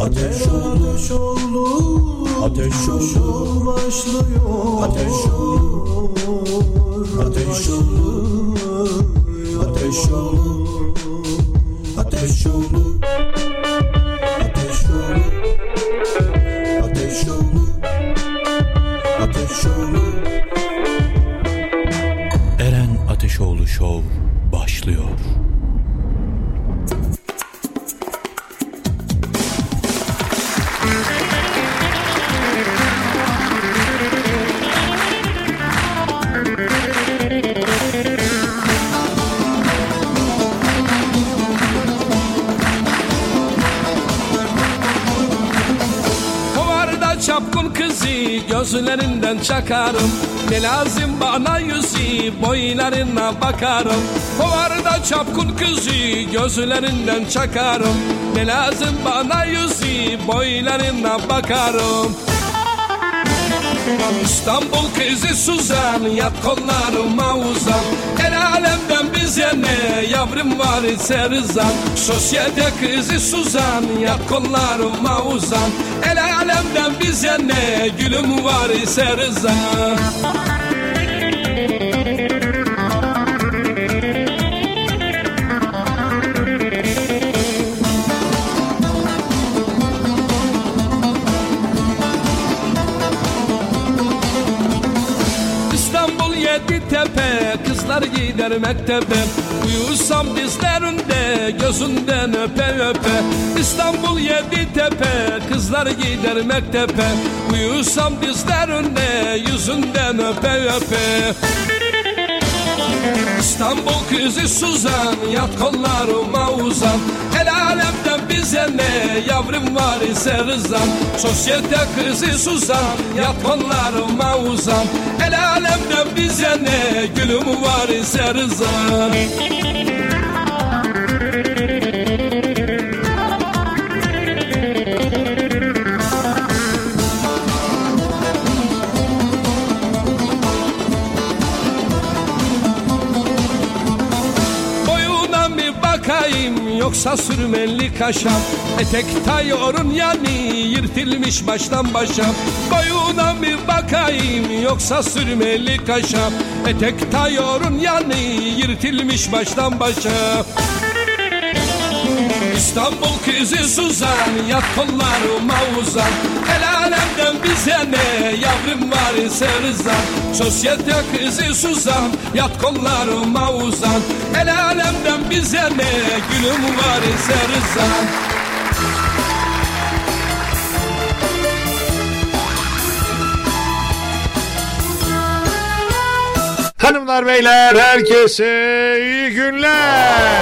Ateş oldu, ateş oldu, başlıyor. Ateş oldu, ateş oldu, ateş oldu, ateş oldu, ateş oldu, ateş oldu, ateş oldu. Eren Ateşoğlu Show başlıyor. Çapkın kızı gözlerinden çakarım. Ne lazım bana yüzü boylarına bakarım. Kovarda çapkın kızı gözlerinden çakarım. Ne lazım bana yüzü boylarına bakarım. İstanbul kızı Suzan, yat kollarıma uzan. El alemden bize ne, yavrum var ise rızan. Sosyete kızı Suzan, yat kollarıma uzan. El alemden bize ne, gülüm var ise rızan. Tepe, kızlar gider mektebe. Uyusam dizlerinde, gözünden öpe öpe. İstanbul Yeditepe, kızlar gider mektebe. Uyusam dizlerinde, yüzünden öpe öpe. İstanbul kızı Suzan, yat kollarıma uzan. El alemden bize ne, yavrum var ise rızan. Sosyete kızı Suzan, yat kollarıma uzan. El alemden bize ne, gülüm var ise rızan. Yoksa sürmeli kaşam, etek tayorun yani yırtılmış baştan başa. Boyuna mı bakayım yoksa sürmeli kaşam, etek tayorun yani yırtılmış baştan başa. İstanbul kızı Suzan, yat kollarıma uzan. El alemden bize ne, yavrum var ise rızan. Sosyete kızı Suzan, yat kollarıma uzan. El alemden bize ne, gülüm var ise rızan. Hanımlar beyler, herkese iyi günler.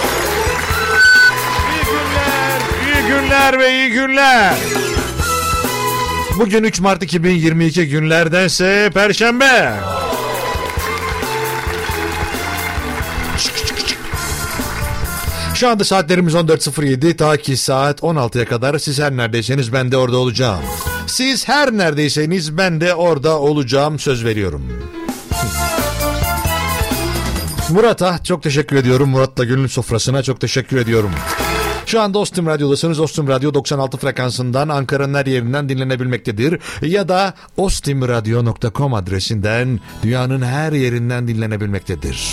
İyi günler ve iyi günler. Bugün 3 Mart 2022 günlerdense Perşembe. Şu anda saatlerimiz 14.07, ta ki saat 16'ya kadar siz her neredeyseniz ben de orada olacağım. Siz her neredeyseniz ben de orada olacağım, söz veriyorum. Murat'a çok teşekkür ediyorum. Murat'la Gönül Sofrası'na çok teşekkür ediyorum. Şu anda Ostim Radyo'dasınız. Ostim Radyo 96 frekansından Ankara'nın her yerinden dinlenebilmektedir. Ya da ostimradyo.com adresinden dünyanın her yerinden dinlenebilmektedir.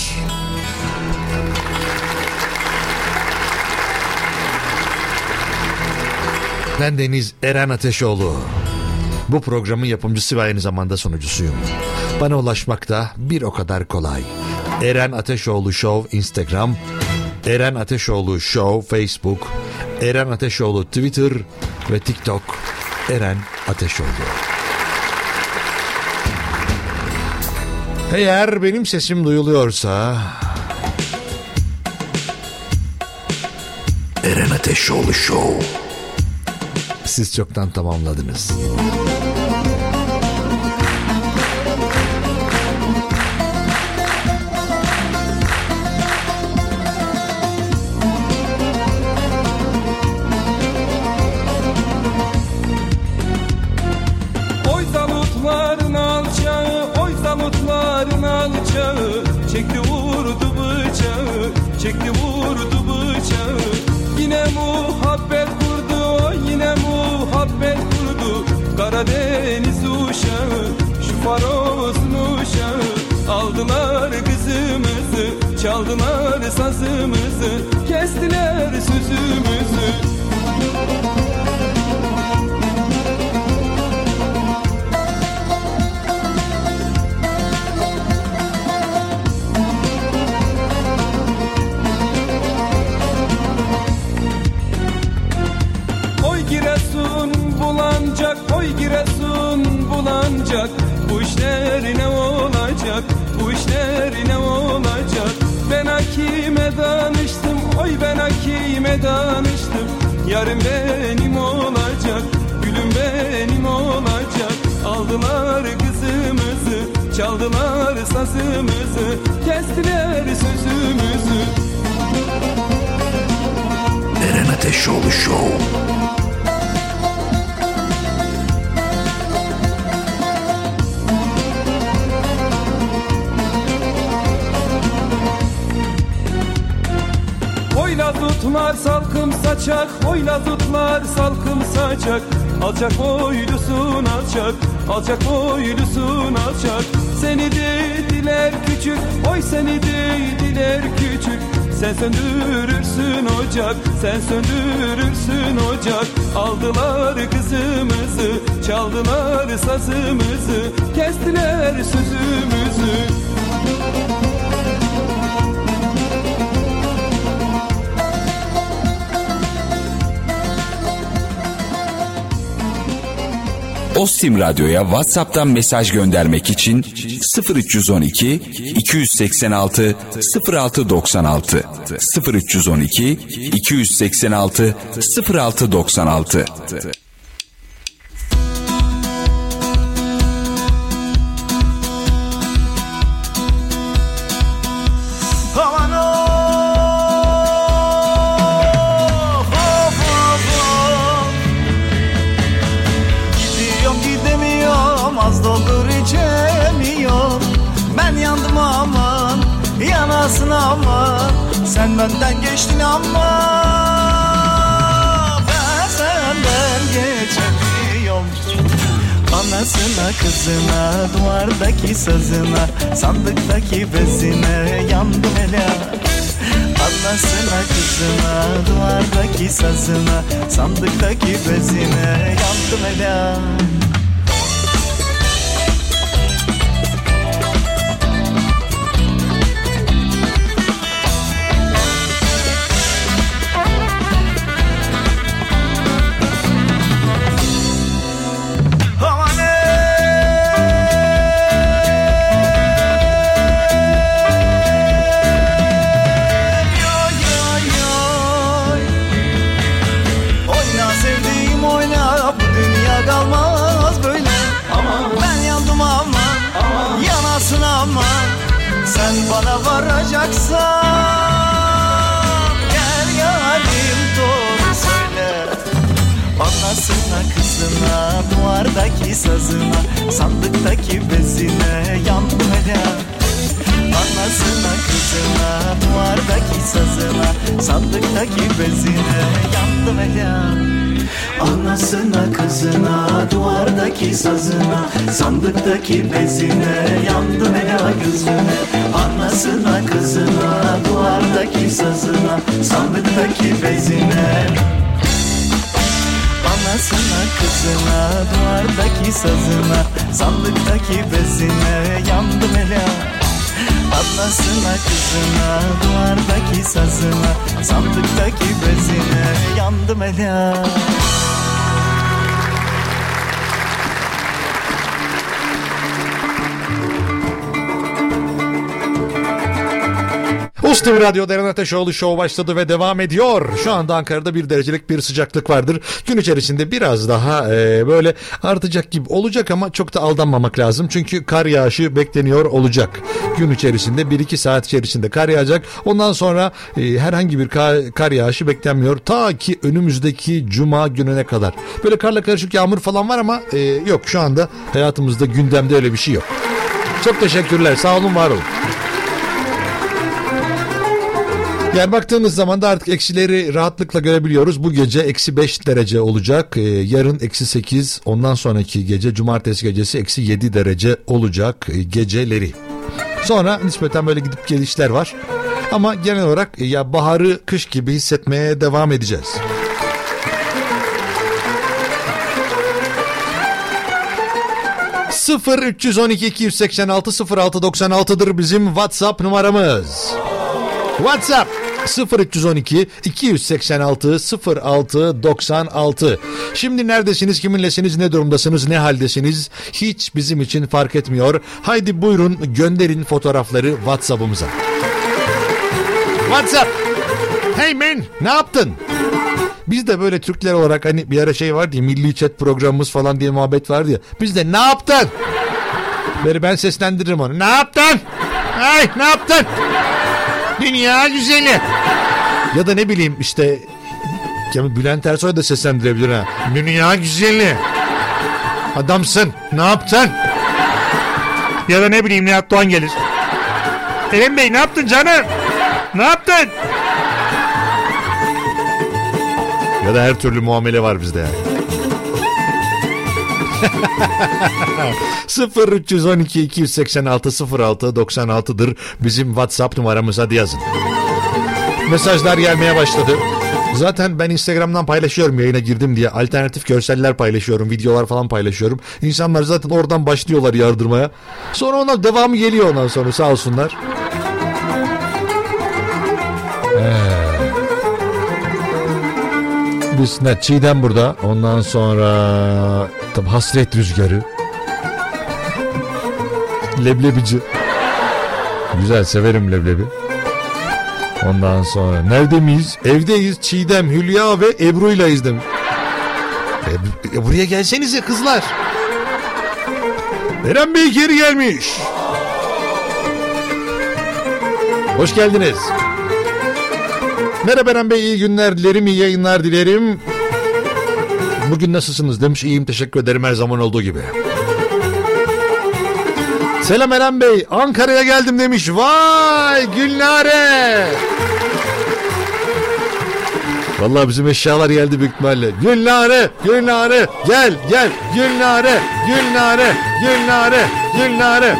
Ben Deniz Eren Ateşoğlu. Bu programın yapımcısı ve aynı zamanda sunucusuyum. Bana ulaşmak da bir o kadar kolay. Eren Ateşoğlu Show Instagram, Eren Ateşoğlu Show Facebook, Eren Ateşoğlu Twitter ve TikTok, Eren Ateşoğlu. Eğer benim sesim duyuluyorsa, Eren Ateşoğlu Show, siz çoktan tamamladınız. Çekti vurdu bıçağı, çekti vurdu bıçağı. Yine muhabbet kurdu, yine muhabbet muhabbet kurdu Karadeniz uşağı, şu Faros'un uşağı. Aldılar kızımızı, çaldılar sazımızı, kestiler sözümüzü. Oy Giresun bulanacak, bu işler ne olacak, bu işler ne olacak. Ben hakime danıştım, oy ben hakime danıştım. Yarın benim olacak, gülüm benim olacak. Aldılar kızımızı, çaldılar sazımızı, kestiler sözümüzü. Eren Ateşoğlu Show. Lazutlar salkım saçak, oy lazutlar salkım saçak. Alçak boylusun alçak, alçak boylusun alçak. Seni dediler küçük, oy seni dediler küçük. Sen söndürürsün ocak, sen söndürürsün ocak. Aldılar kızımızı, çaldılar sazımızı, kestiler sözümüzü. Ostim Radyo'ya WhatsApp'tan mesaj göndermek için 0312 286 0696 0312 286 0696. Ama sen benden geçtin ama ben senden geçemiyorum. Anasına kızına, duvardaki sazına, sandıktaki bezine yandım hele. Anasına kızına, duvardaki sazına, sandıktaki bezine yandım hele. Sen bana varacaksan gel yarim doğru söyle. Anasına kızına, duvardaki sazına, sandıktaki bezine yandım hele. Anasına kızına, duvardaki sazına, sandıktaki bezine yandım hele. Anasına kızına, duvardaki sazına, sandıktaki bezine yandım hele gözüne. Anasına kızına, duvardaki sazına, sandıktaki bezine. Anasına kızına, duvardaki sazına, sandıktaki bezine yandım hele. Anasına kızına, duvardaki sazına, sandıktaki bezine yandım hele. Ostim Radyo'da Eren Ateşoğlu Show başladı ve devam ediyor. Şu anda Ankara'da 1 derecelik bir sıcaklık vardır. Gün içerisinde biraz daha böyle artacak gibi olacak ama çok da aldanmamak lazım. Çünkü kar yağışı bekleniyor olacak. Gün içerisinde 1-2 saat içerisinde kar yağacak. Ondan sonra herhangi bir kar yağışı beklenmiyor. Ta ki önümüzdeki cuma gününe kadar. Böyle karla karışık yağmur falan var ama yok, şu anda hayatımızda gündemde öyle bir şey yok. Çok teşekkürler. Sağ olun, var olun. Yani baktığımız zaman da artık eksileri rahatlıkla görebiliyoruz. Bu gece -5 derece olacak. Yarın -8, ondan sonraki gece cumartesi gecesi -7 derece olacak geceleri. Sonra nispeten böyle gidip gelişler var. Ama genel olarak ya baharı kış gibi hissetmeye devam edeceğiz. ...0312-286-0696'dır bizim WhatsApp numaramız. WhatsApp 0312-286-0696. Şimdi neredesiniz, kiminlesiniz, ne durumdasınız, ne haldesiniz? Hiç bizim için fark etmiyor. Haydi buyurun gönderin fotoğrafları WhatsApp'ımıza. WhatsApp. Hey man, ne yaptın? Biz de böyle Türkler olarak hani bir ara şey vardı ya, milli chat programımız falan diye muhabbet vardı ya. Biz de ne yaptın? Böyle ben seslendiririm onu. Ne yaptın? Hey, ne yaptın? Dünya güzeli. Ya da ne bileyim işte Bülent Ersoy da seslendirebilir ha. Dünya güzeli. Adamsın. Ne yaptın? Ya da ne bileyim Nihat Doğan gelir. Eren Bey ne yaptın canım? Ne yaptın? Ya da her türlü muamele var bizde yani. 0312-286-0696'dır bizim WhatsApp numaramız, hadi yazın. Mesajlar gelmeye başladı. Zaten ben Instagram'dan paylaşıyorum, yayına girdim diye alternatif görseller paylaşıyorum, videolar falan paylaşıyorum. İnsanlar zaten oradan başlıyorlar yardırmaya. Sonra ona devamı geliyor, ondan sonra sağ olsunlar. Biz ne? Çiğdem burada. Ondan sonra tabi hasret rüzgarı. Leblebici. Güzel, severim leblebi. Ondan sonra nerede miyiz? Evdeyiz. Çiğdem, Hülya ve Ebru'ylayız demiş. Buraya gelsenize kızlar. Eren Bey geri gelmiş. Hoş geldiniz. Merhaba Eren Bey, iyi günler dilerim, iyi yayınlar dilerim. Bugün nasılsınız demiş. İyiyim, teşekkür ederim, her zaman olduğu gibi. Selam Eren Bey, Ankara'ya geldim demiş. Vay Gülnare. Vallahi bizim eşyalar geldi büyük ihtimalle. Gülnare, Gülnare, gel gel. Gülnare, Gülnare, Gülnare, Gülnare.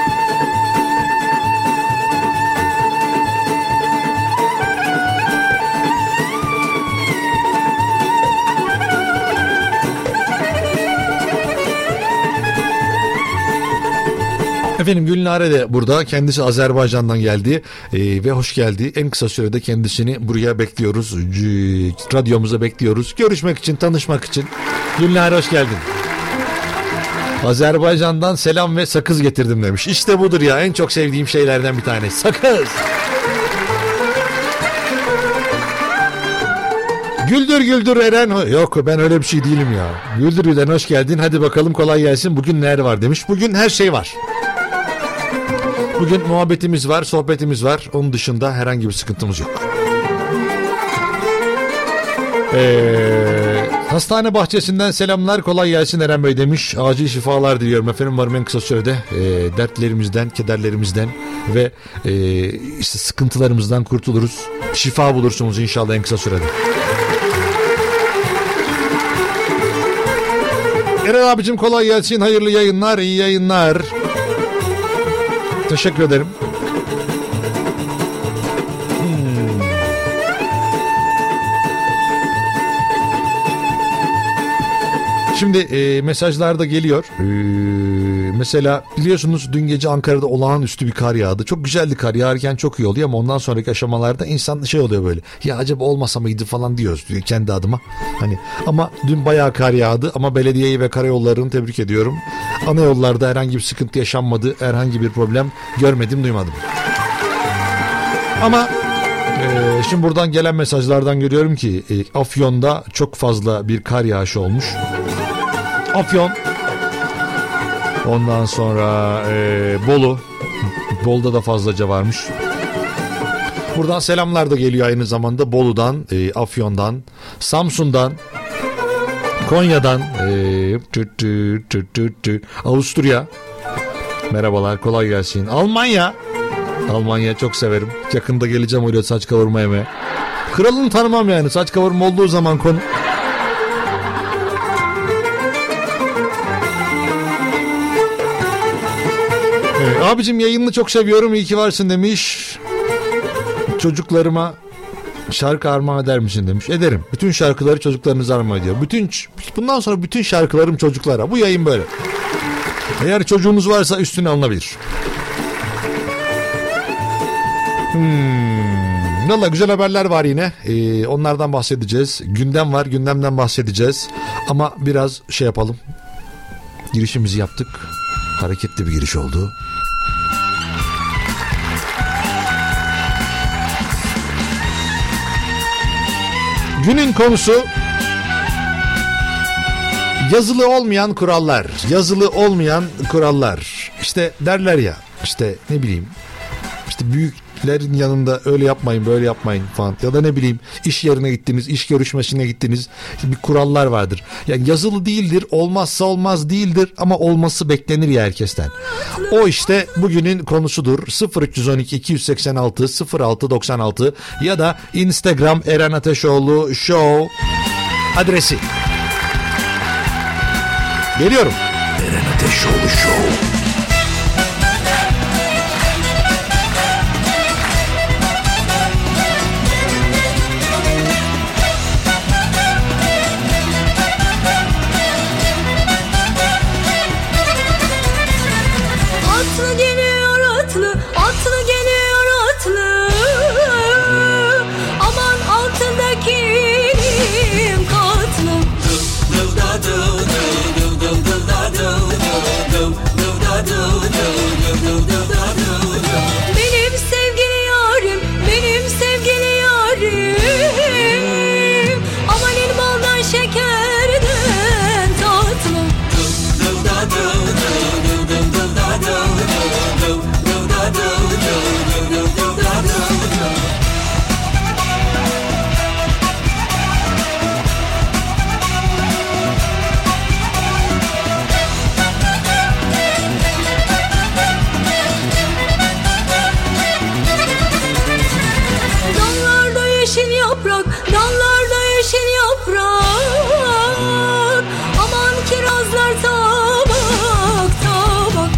Efendim Gülnare de burada. Kendisi Azerbaycan'dan geldi ve hoş geldi. En kısa sürede kendisini buraya bekliyoruz. Radyomuza bekliyoruz. Görüşmek için, tanışmak için. Gülnare hoş geldin. Azerbaycan'dan selam ve sakız getirdim demiş. İşte budur ya, en çok sevdiğim şeylerden bir tane. Sakız. Güldür güldür Eren. Yok, ben öyle bir şey değilim ya. Güldür Eren hoş geldin. Hadi bakalım, kolay gelsin. Bugün neler var demiş. Bugün her şey var. Bugün muhabbetimiz var, sohbetimiz var. Onun dışında herhangi bir sıkıntımız yok. Hastane bahçesinden selamlar, kolay gelsin Eren Bey demiş. Acil şifalar diliyorum efendim. Umarım en kısa sürede dertlerimizden, kederlerimizden ve işte sıkıntılarımızdan kurtuluruz. Şifa bulursunuz inşallah en kısa sürede. Eren abicim kolay gelsin, hayırlı yayınlar, iyi yayınlar. Teşekkür ederim. Şimdi mesajlar da geliyor. Mesela biliyorsunuz dün gece Ankara'da olağanüstü bir kar yağdı. Çok güzeldi, kar yağarken çok iyi oluyor ama ondan sonraki aşamalarda insan şey oluyor böyle. Ya acaba olmasa mıydı falan diyoruz kendi adıma. Hani ama dün bayağı kar yağdı ama belediyeyi ve karayollarını tebrik ediyorum. Ana yollarda herhangi bir sıkıntı yaşanmadı. Herhangi bir problem görmedim, duymadım. Ama şimdi buradan gelen mesajlardan görüyorum ki Afyon'da çok fazla bir kar yağışı olmuş. Afyon. Ondan sonra Bolu. Bolu'da da fazlaca varmış. Buradan selamlar da geliyor aynı zamanda Bolu'dan, Afyon'dan, Samsun'dan, Konya'dan, Avusturya. Merhabalar, kolay gelsin. Almanya. Almanya çok severim. Yakında geleceğim oraya saç kavurma yemeye. Kralını tanımam yani. Saç kavurma olduğu zaman konu. Evet, abicim yayınını çok seviyorum. İyi ki varsın demiş. Çocuklarıma şarkı armağan eder misin demiş. Ederim. Bütün şarkıları çocuklarınıza armağan ediyor. Bundan sonra bütün şarkılarım çocuklara. Bu yayın böyle. Eğer çocuğunuz varsa üstüne alınabilir. Valla güzel haberler var yine. Onlardan bahsedeceğiz. Gündem var. Gündemden bahsedeceğiz. Ama biraz şey yapalım. Girişimizi yaptık. Hareketli bir giriş oldu. Günün konusu yazılı olmayan kurallar. Yazılı olmayan kurallar. İşte derler ya, işte ne bileyim, işte büyüklerin yanında öyle yapmayın, böyle yapmayın falan. Ya da ne bileyim, iş yerine gittiniz, iş görüşmesine gittiniz. Bir kurallar vardır. Yani yazılı değildir, olmazsa olmaz değildir ama olması beklenir ya herkesten. O işte bugünün konusudur. 0312 286 0696 ya da Instagram Eren Ateşoğlu Show adresi. Geliyorum. Eren Ateşoğlu Show. Atlı geliyor atlı, atlı geliyor atlı. Aman altındakinim katlı. Benim sevgili yarim, benim sevgili yarim. Aman baldan şekerden tatlı. Dallarda yeşil yaprak, dallarda yeşil yaprak. Aman kirazlar tabak tabak.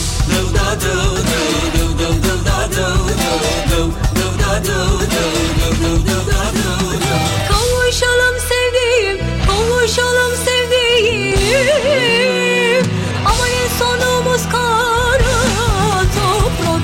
Kavuşalım sevdiğim, kavuşalım sevdiğim. Aman en sonumuz kara toprak.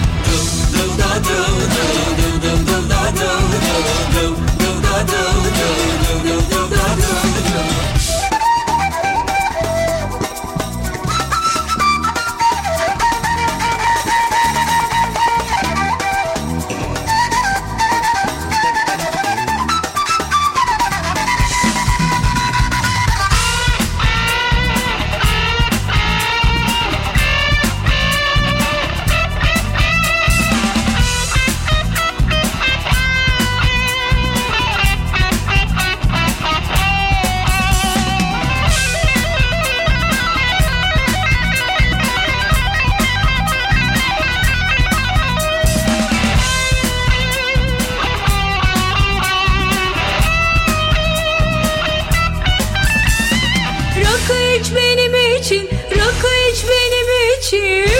Rakı iç benim için, rakı iç benim için.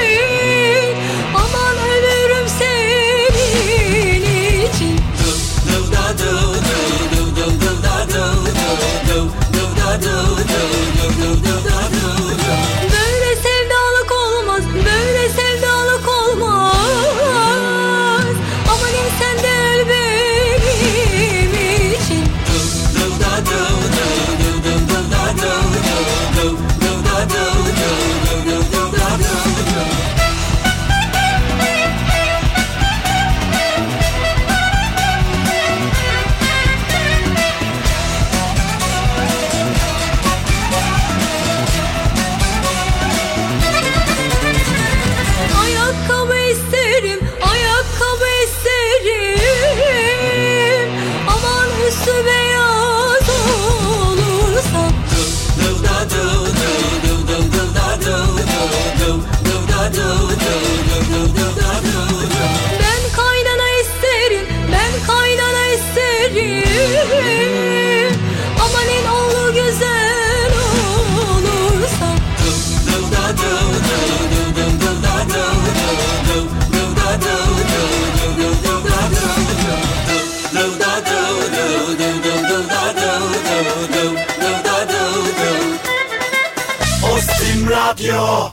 Aman ölürüm senin için. Böyle sevdalık olmaz, böyle sevdalık olmaz. Aman sen de öl benim için. Radyo.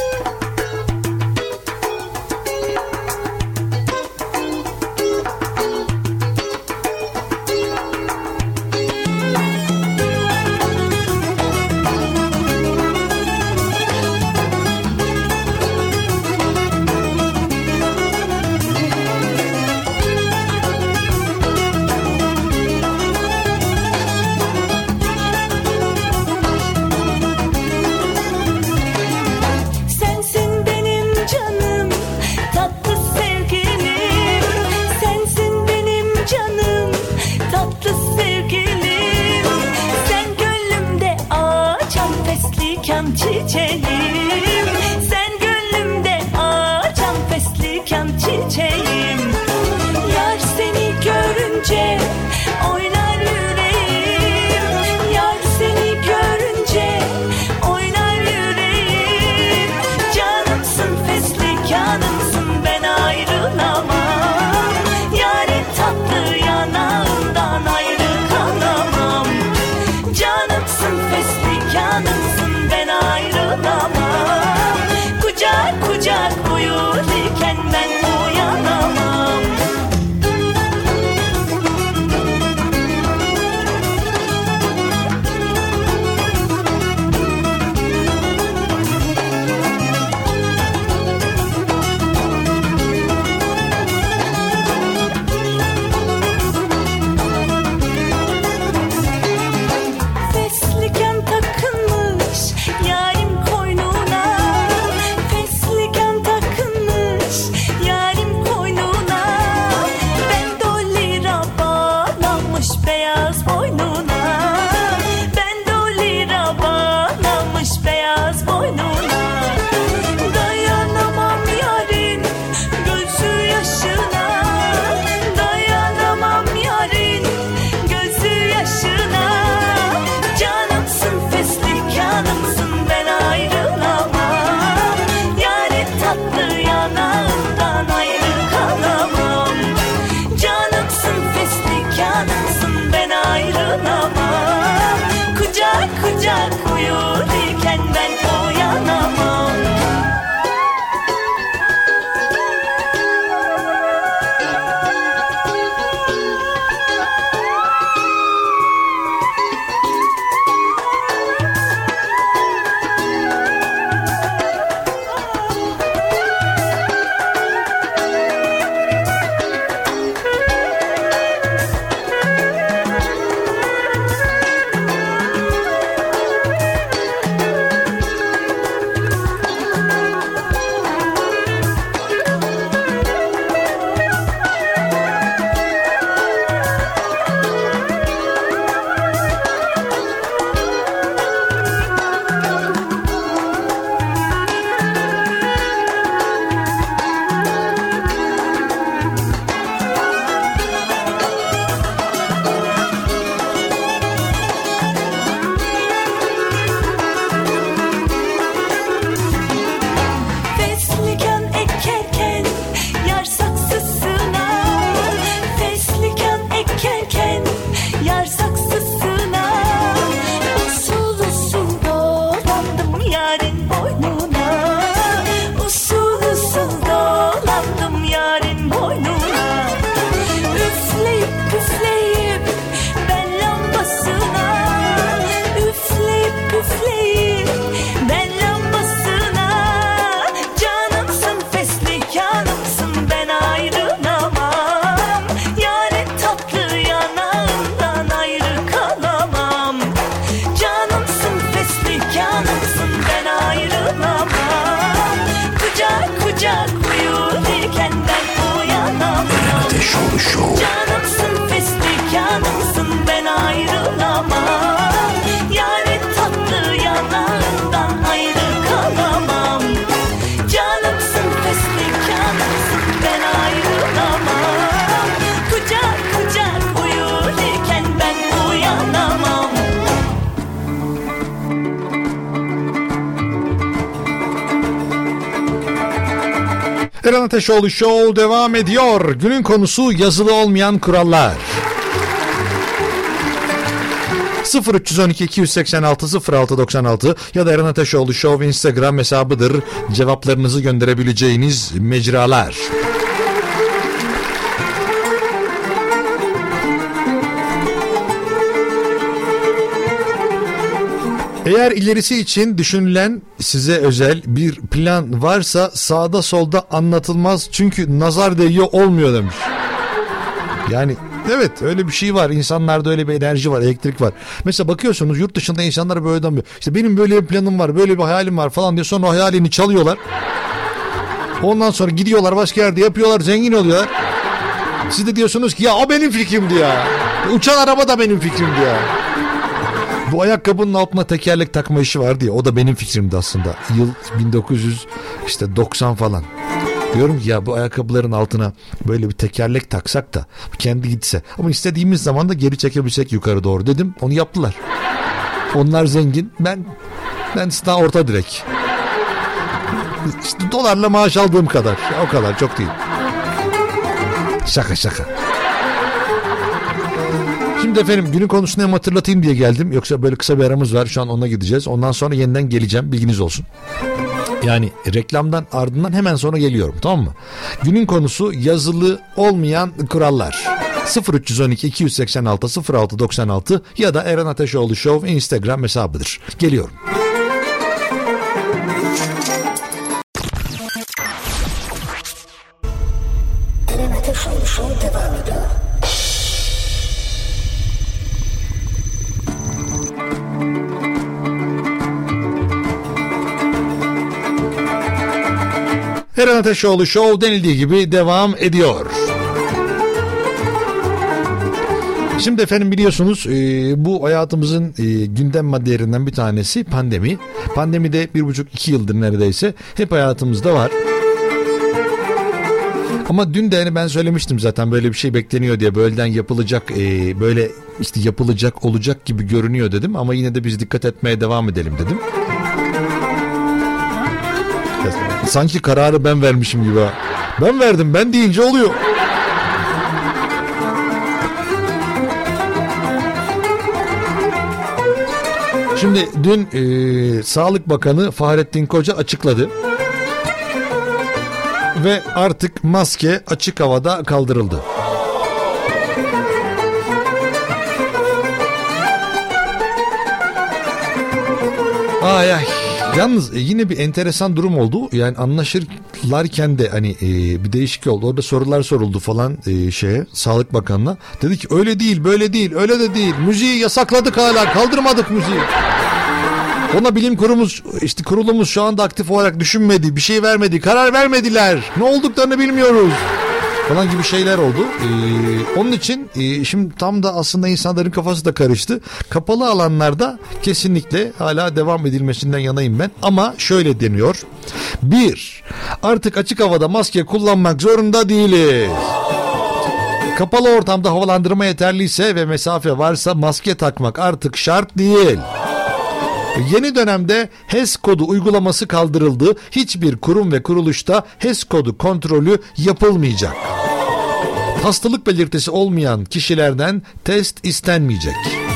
Eren Ateşoğlu Show devam ediyor. Günün konusu yazılı olmayan kurallar. 0312 286 0696 ya da Eren Ateşoğlu Show Instagram hesabıdır. Cevaplarınızı gönderebileceğiniz mecralar. Eğer ilerisi için düşünülen size özel bir plan varsa sağda solda anlatılmaz çünkü nazar değiyor olmuyor demiş. Yani evet öyle bir şey var. İnsanlarda öyle bir enerji var, elektrik var. Mesela bakıyorsunuz yurt dışında insanlar böyle demiyor. İşte benim böyle bir planım var, böyle bir hayalim var falan diyor. Sonra o hayalini çalıyorlar. Ondan sonra gidiyorlar başka yerde yapıyorlar, zengin oluyorlar. Siz de diyorsunuz ki ya o benim fikrimdi ya. Uçan araba da benim fikrimdi ya. Bu ayakkabının altına tekerlek takma işi vardı ya, o da benim fikrimdi aslında. Yıl 1990 falan. Diyorum ki ya bu ayakkabıların altına böyle bir tekerlek taksak da kendi gitse. Ama istediğimiz zaman da geri çekebilsek yukarı doğru dedim. Onu yaptılar. Onlar zengin. Ben daha orta direk. İşte dolarla maaş aldığım kadar. O kadar, çok değil. Şaka. Şimdi efendim günün konusunu hem hatırlatayım diye geldim. Yoksa böyle kısa bir aramız var. Şu an ona gideceğiz. Ondan sonra yeniden geleceğim. Bilginiz olsun. Yani reklamdan ardından hemen sonra geliyorum, tamam mı? Günün konusu yazılı olmayan kurallar. 0312 286 0696 ya da Eren Ateşoğlu Show Instagram hesabıdır. Geliyorum. Eren Ateşoğlu Show devam ediyor. Eren Ateşoğlu Show denildiği gibi devam ediyor. Şimdi efendim biliyorsunuz bu hayatımızın gündem maddelerinden bir tanesi pandemi. Pandemi de 1,5-2 yıldır neredeyse hep hayatımızda var. Ama dün de hani ben söylemiştim zaten böyle bir şey bekleniyor diye, böyleden yapılacak böyle işte yapılacak olacak gibi görünüyor dedim. Ama yine de biz dikkat etmeye devam edelim dedim. Sanki kararı ben vermişim gibi. Ben verdim, ben deyince oluyor. Şimdi dün Sağlık Bakanı Fahrettin Koca açıkladı. Ve artık maske açık havada kaldırıldı. Ay. Yalnız yine bir enteresan durum oldu. Yani anlaşırlarken de hani bir değişik oldu. Orada sorular soruldu falan Sağlık Bakanı'na. Dedi ki öyle değil, böyle değil, öyle de değil. Müziği yasakladık hala, kaldırmadık müziği. Ona bilim kurulumuz şu anda aktif olarak düşünmedi, bir şey vermedi, karar vermediler. Ne olduklarını bilmiyoruz. Falan gibi şeyler oldu. Onun için şimdi tam da aslında insanların kafası da karıştı. Kapalı alanlarda kesinlikle hala devam edilmesinden yanayım ben. Ama şöyle deniyor. 1. Artık açık havada maske kullanmak zorunda değiliz. Kapalı ortamda havalandırma yeterliyse ve mesafe varsa maske takmak artık şart değil. Yeni dönemde HES kodu uygulaması kaldırıldı. Hiçbir kurum ve kuruluşta HES kodu kontrolü yapılmayacak. Hastalık belirtisi olmayan kişilerden test istenmeyecek.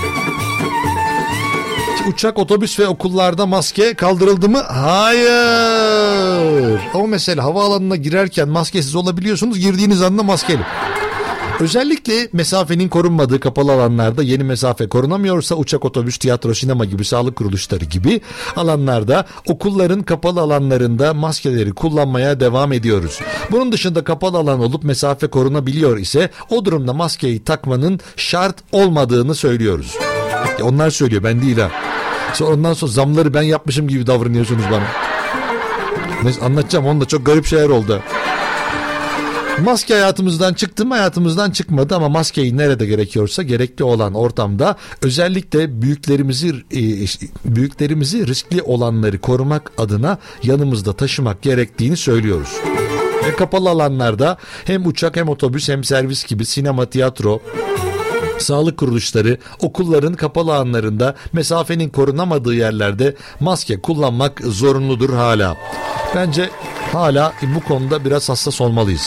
Uçak, otobüs ve okullarda maske kaldırıldı mı? Hayır. Ama mesela havaalanına girerken maskesiz olabiliyorsunuz. Girdiğiniz anda maskeli. Özellikle mesafenin korunmadığı kapalı alanlarda yeni mesafe korunamıyorsa uçak, otobüs, tiyatro, sinema gibi sağlık kuruluşları gibi alanlarda, okulların kapalı alanlarında maskeleri kullanmaya devam ediyoruz. Bunun dışında kapalı alan olup mesafe korunabiliyor ise o durumda maskeyi takmanın şart olmadığını söylüyoruz. Onlar söylüyor, ben değil ha. Ondan sonra zamları ben yapmışım gibi davranıyorsunuz bana. Neyse, anlatacağım, onda çok garip şeyler oldu. Maske hayatımızdan çıktı mı? Hayatımızdan çıkmadı ama maskeyi nerede gerekiyorsa gerekli olan ortamda, özellikle büyüklerimizi riskli olanları korumak adına yanımızda taşımak gerektiğini söylüyoruz. Ve kapalı alanlarda hem uçak hem otobüs hem servis gibi sinema, tiyatro, sağlık kuruluşları, okulların kapalı alanlarında mesafenin korunamadığı yerlerde maske kullanmak zorunludur hala. Bence hala bu konuda biraz hassas olmalıyız.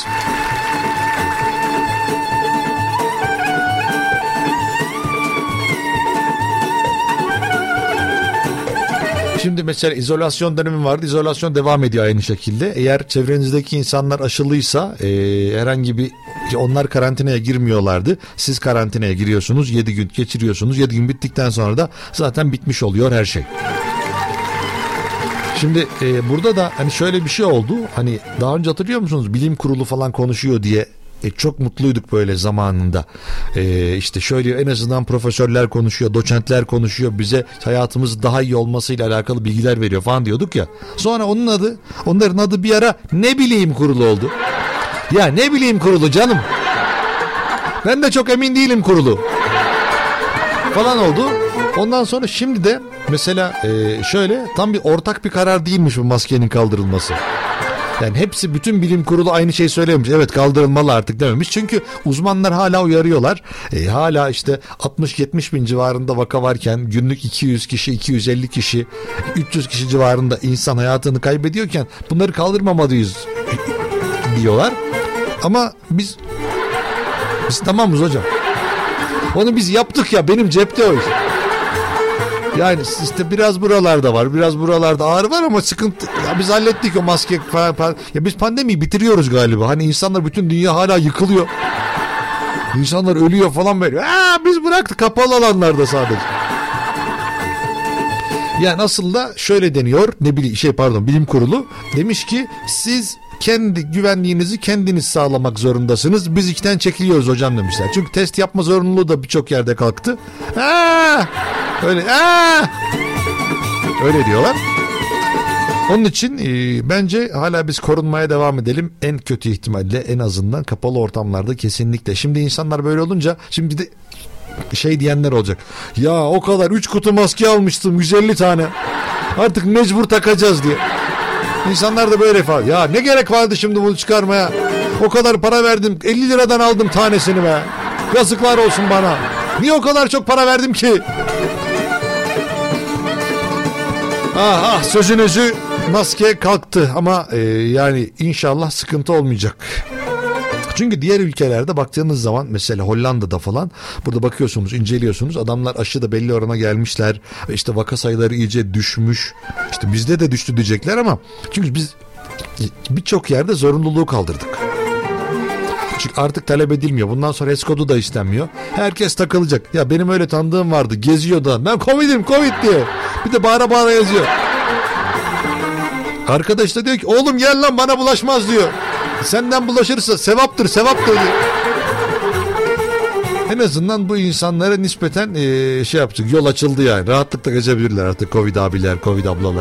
Şimdi mesela izolasyon dönemi vardı. İzolasyon devam ediyor aynı şekilde. Eğer çevrenizdeki insanlar aşılıysa herhangi bir onlar karantinaya girmiyorlardı. Siz karantinaya giriyorsunuz. 7 gün geçiriyorsunuz. 7 gün bittikten sonra da zaten bitmiş oluyor her şey. Şimdi burada da hani şöyle bir şey oldu. Hani daha önce hatırlıyor musunuz? Bilim kurulu falan konuşuyor diye çok mutluyduk böyle zamanında. İşte şöyle en azından profesörler konuşuyor, doçentler konuşuyor, bize hayatımız daha iyi olmasıyla alakalı bilgiler veriyor falan diyorduk ya. Sonra onların adı bir ara ne bileyim kurulu oldu. Ya ne bileyim kurulu canım. Ben de çok emin değilim kurulu. Falan oldu. Ondan sonra şimdi de mesela şöyle tam bir ortak bir karar değilmiş bu maskenin kaldırılması. Yani hepsi bütün bilim kurulu aynı şeyi söylemiş. Evet kaldırılmalı artık dememiş. Çünkü uzmanlar hala uyarıyorlar. Hala işte 60-70 bin civarında vaka varken günlük 200 kişi, 250 kişi, 300 kişi civarında insan hayatını kaybediyorken bunları kaldırmamalıyız diyorlar. Ama biz tamamız hocam. Onu biz yaptık ya, benim cepte o iş. Yani işte biraz buralarda var, biraz buralarda ağrı var ama sıkıntı. Ya biz hallettik o maske falan. Ya biz pandemiyi bitiriyoruz galiba. Hani insanlar, bütün dünya hala yıkılıyor. İnsanlar ölüyor falan böyle. Biz bıraktık kapalı alanlarda sadece. Yani aslında şöyle deniyor. Bilim kurulu demiş ki siz kendi güvenliğinizi kendiniz sağlamak zorundasınız. Biz işten çekiliyoruz hocam demişler. Çünkü test yapma zorunluluğu da birçok yerde kalktı. Öyle diyorlar. Onun için bence hala biz korunmaya devam edelim. En kötü ihtimalle en azından kapalı ortamlarda kesinlikle. Şimdi insanlar böyle olunca şimdi de diyenler olacak. Ya o kadar 3 kutu maske almıştım 150 tane. Artık mecbur takacağız diye. İnsanlar da böyle falan. Ya ne gerek vardı şimdi bunu çıkarmaya? O kadar para verdim. 50 liradan aldım tanesini be. Yazıklar olsun bana. Niye o kadar çok para verdim ki? Sözünüzü, maske kalktı ama yani inşallah sıkıntı olmayacak. Çünkü diğer ülkelerde baktığınız zaman mesela Hollanda'da falan burada bakıyorsunuz, inceliyorsunuz. Adamlar aşıda belli orana gelmişler. İşte vaka sayıları iyice düşmüş. İşte bizde de düştü diyecekler ama çünkü biz birçok yerde zorunluluğu kaldırdık. Çünkü artık talep edilmiyor. Bundan sonra HES-kodu da istenmiyor. Herkes takılacak. Ya benim öyle tanıdığım vardı. Geziyor da. Ben Covid'im diye. Bir de bağıra bağıra yazıyor. Arkadaş da diyor ki oğlum gel lan bana bulaşmaz diyor. Senden bulaşırsa sevaptır diyor. En azından bu insanlara nispeten yapacak. Yol açıldı yani. Rahatlıkla gezebilirler artık Covid abiler, Covid ablalar.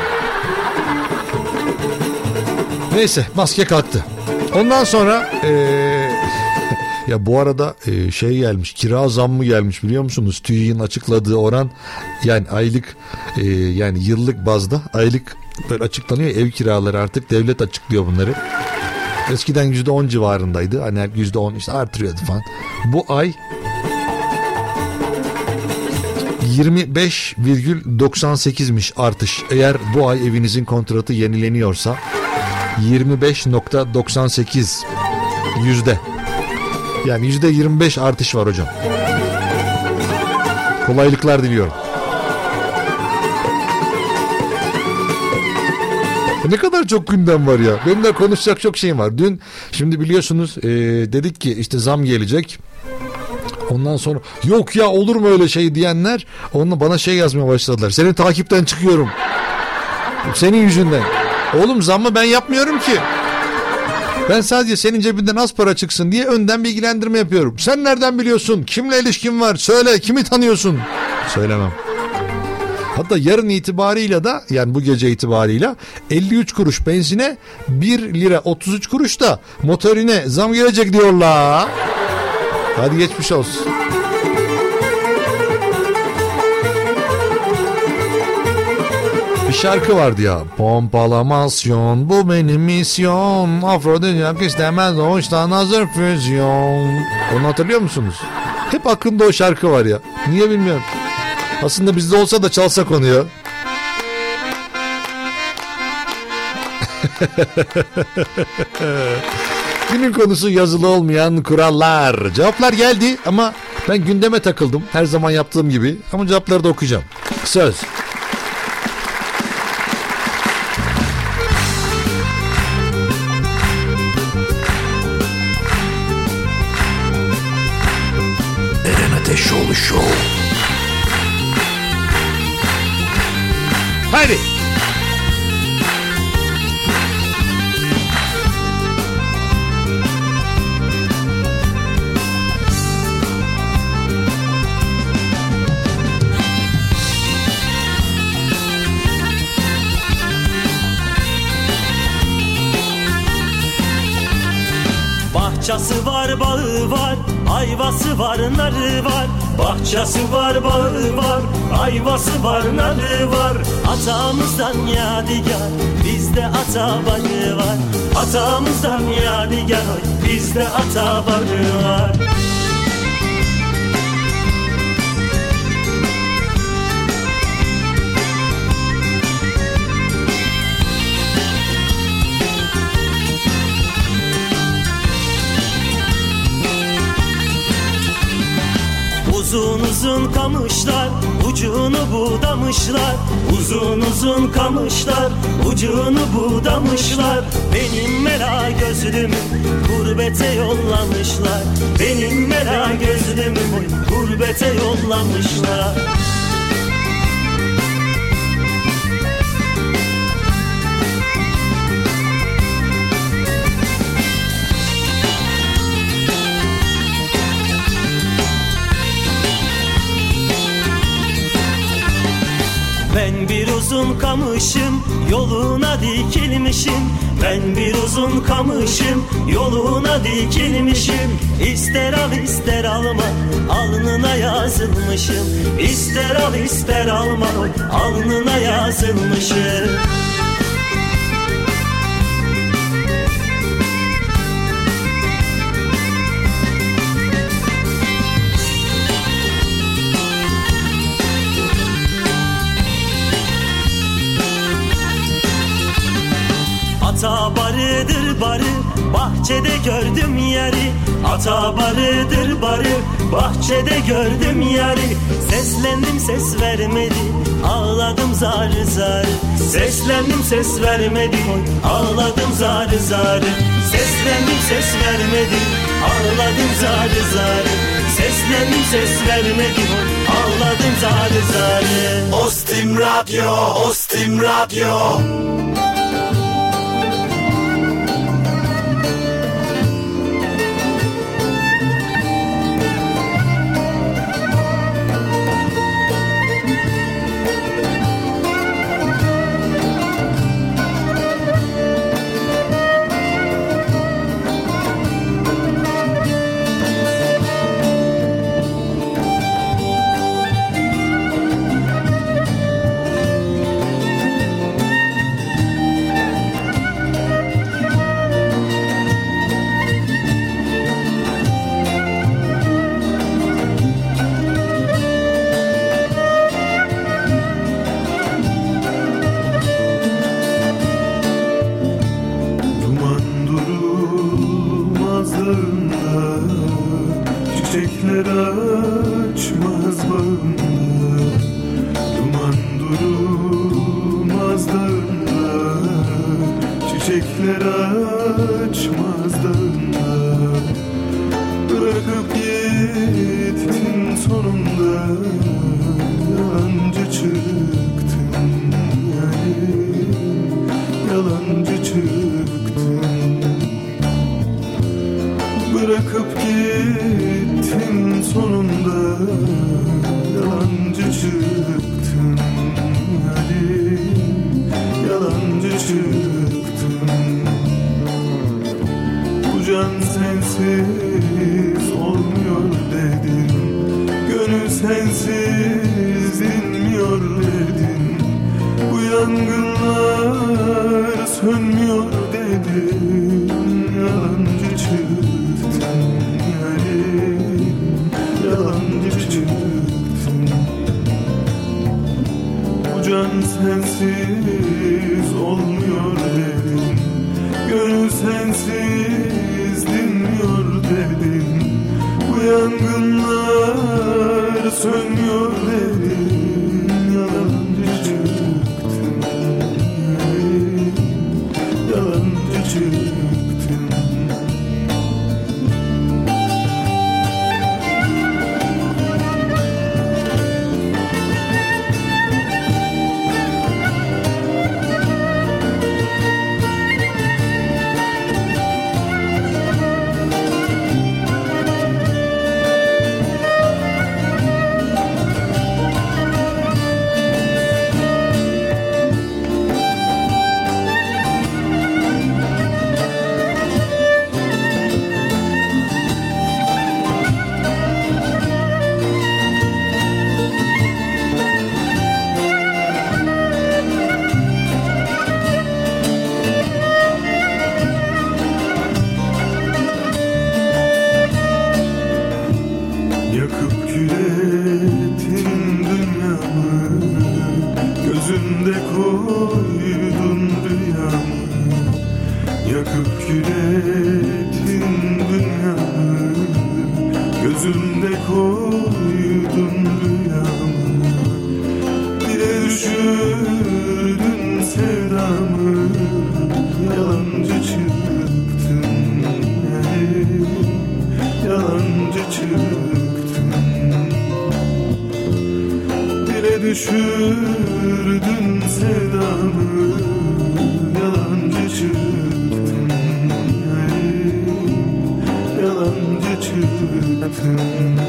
Neyse maske kalktı. Ondan sonra ya bu arada gelmiş, kira zammı gelmiş biliyor musunuz? TÜİK'in açıkladığı oran yani aylık yani yıllık bazda aylık böyle açıklanıyor. Ev kiraları artık devlet açıklıyor bunları. Eskiden %10 civarındaydı. Hani %10 işte artırıyordu falan. Bu ay 25,98'miş artış. Eğer bu ay evinizin kontratı yenileniyorsa 25,98 yüzde. Yani %25 artış var hocam. Kolaylıklar diliyorum. Ne kadar çok gündem var ya. Benim de konuşacak çok şeyim var. Dün şimdi biliyorsunuz dedik ki işte zam gelecek. Ondan sonra yok ya olur mu öyle şey diyenler onunla bana yazmaya başladılar. Seni takipten çıkıyorum. Senin yüzünden. Oğlum zammı ben yapmıyorum ki. Ben sadece senin cebinden az para çıksın diye önden bilgilendirme yapıyorum. Sen nereden biliyorsun? Kimle ilişkin var? Söyle, kimi tanıyorsun? Söylemem. Hatta yarın itibarıyla da yani bu gece itibarıyla 53 kuruş benzine 1 lira 33 kuruş da motorine zam gelecek diyorlar. Hadi geçmiş olsun. Bir şarkı vardı ya. Pompalamasyon bu benim misyon. Afrodinyak istemez hoştan hazır füzyon. Onu hatırlıyor musunuz? Hep aklımda o şarkı var ya. Niye bilmiyorum. Aslında bizde olsa da çalsak onu ya. Günün konusu yazılı olmayan kurallar. Cevaplar geldi ama ben gündeme takıldım. Her zaman yaptığım gibi. Ama cevapları da okuyacağım. Söz. Ateşoğlu Show. Haydi. Bahçesi var, bağı var, ayvası var, narı var. Bahçesi var, bağı var, ayvası var, narı var. Atamızdan yadigar, bizde ata bağı var. Atamızdan yadigar, bizde ata bağı var. Uzun uzun kamışlar, ucunu budamışlar. Uzun uzun kamışlar, ucunu budamışlar. Benim mela gözlümü gurbete yollamışlar. Benim mela gözlümü gurbete yollamışlar. Ben bir uzun kamışım, yoluna dikilmişim. Ben bir uzun kamışım, yoluna dikilmişim. İster al ister alma, alnına yazılmışım. İster al ister alma, alnına yazılmışım. Ata barıdır barı, bahçede gördüm yeri. Ata barıdır barı, bahçede gördüm yeri. Seslendim ses vermedi, ağladım zarı zarı. Seslendim ses vermedi, ağladım zarı zarı. Seslendim ses vermedi, ağladım zarı zarı. Seslendim ses vermedi, ağladım zarı zarı. Ostim Radyo, Ostim Radyo. Gözünde koydun rüyamı, yakıp kül ettin dünyamı. Gözünde koydun rüyamı, dile düşürdün sevdamı. Yalancı çıktın, yalancı çıktın. Dile düşürdün sevdamı, yalancı çıktın, yalancı çıktın.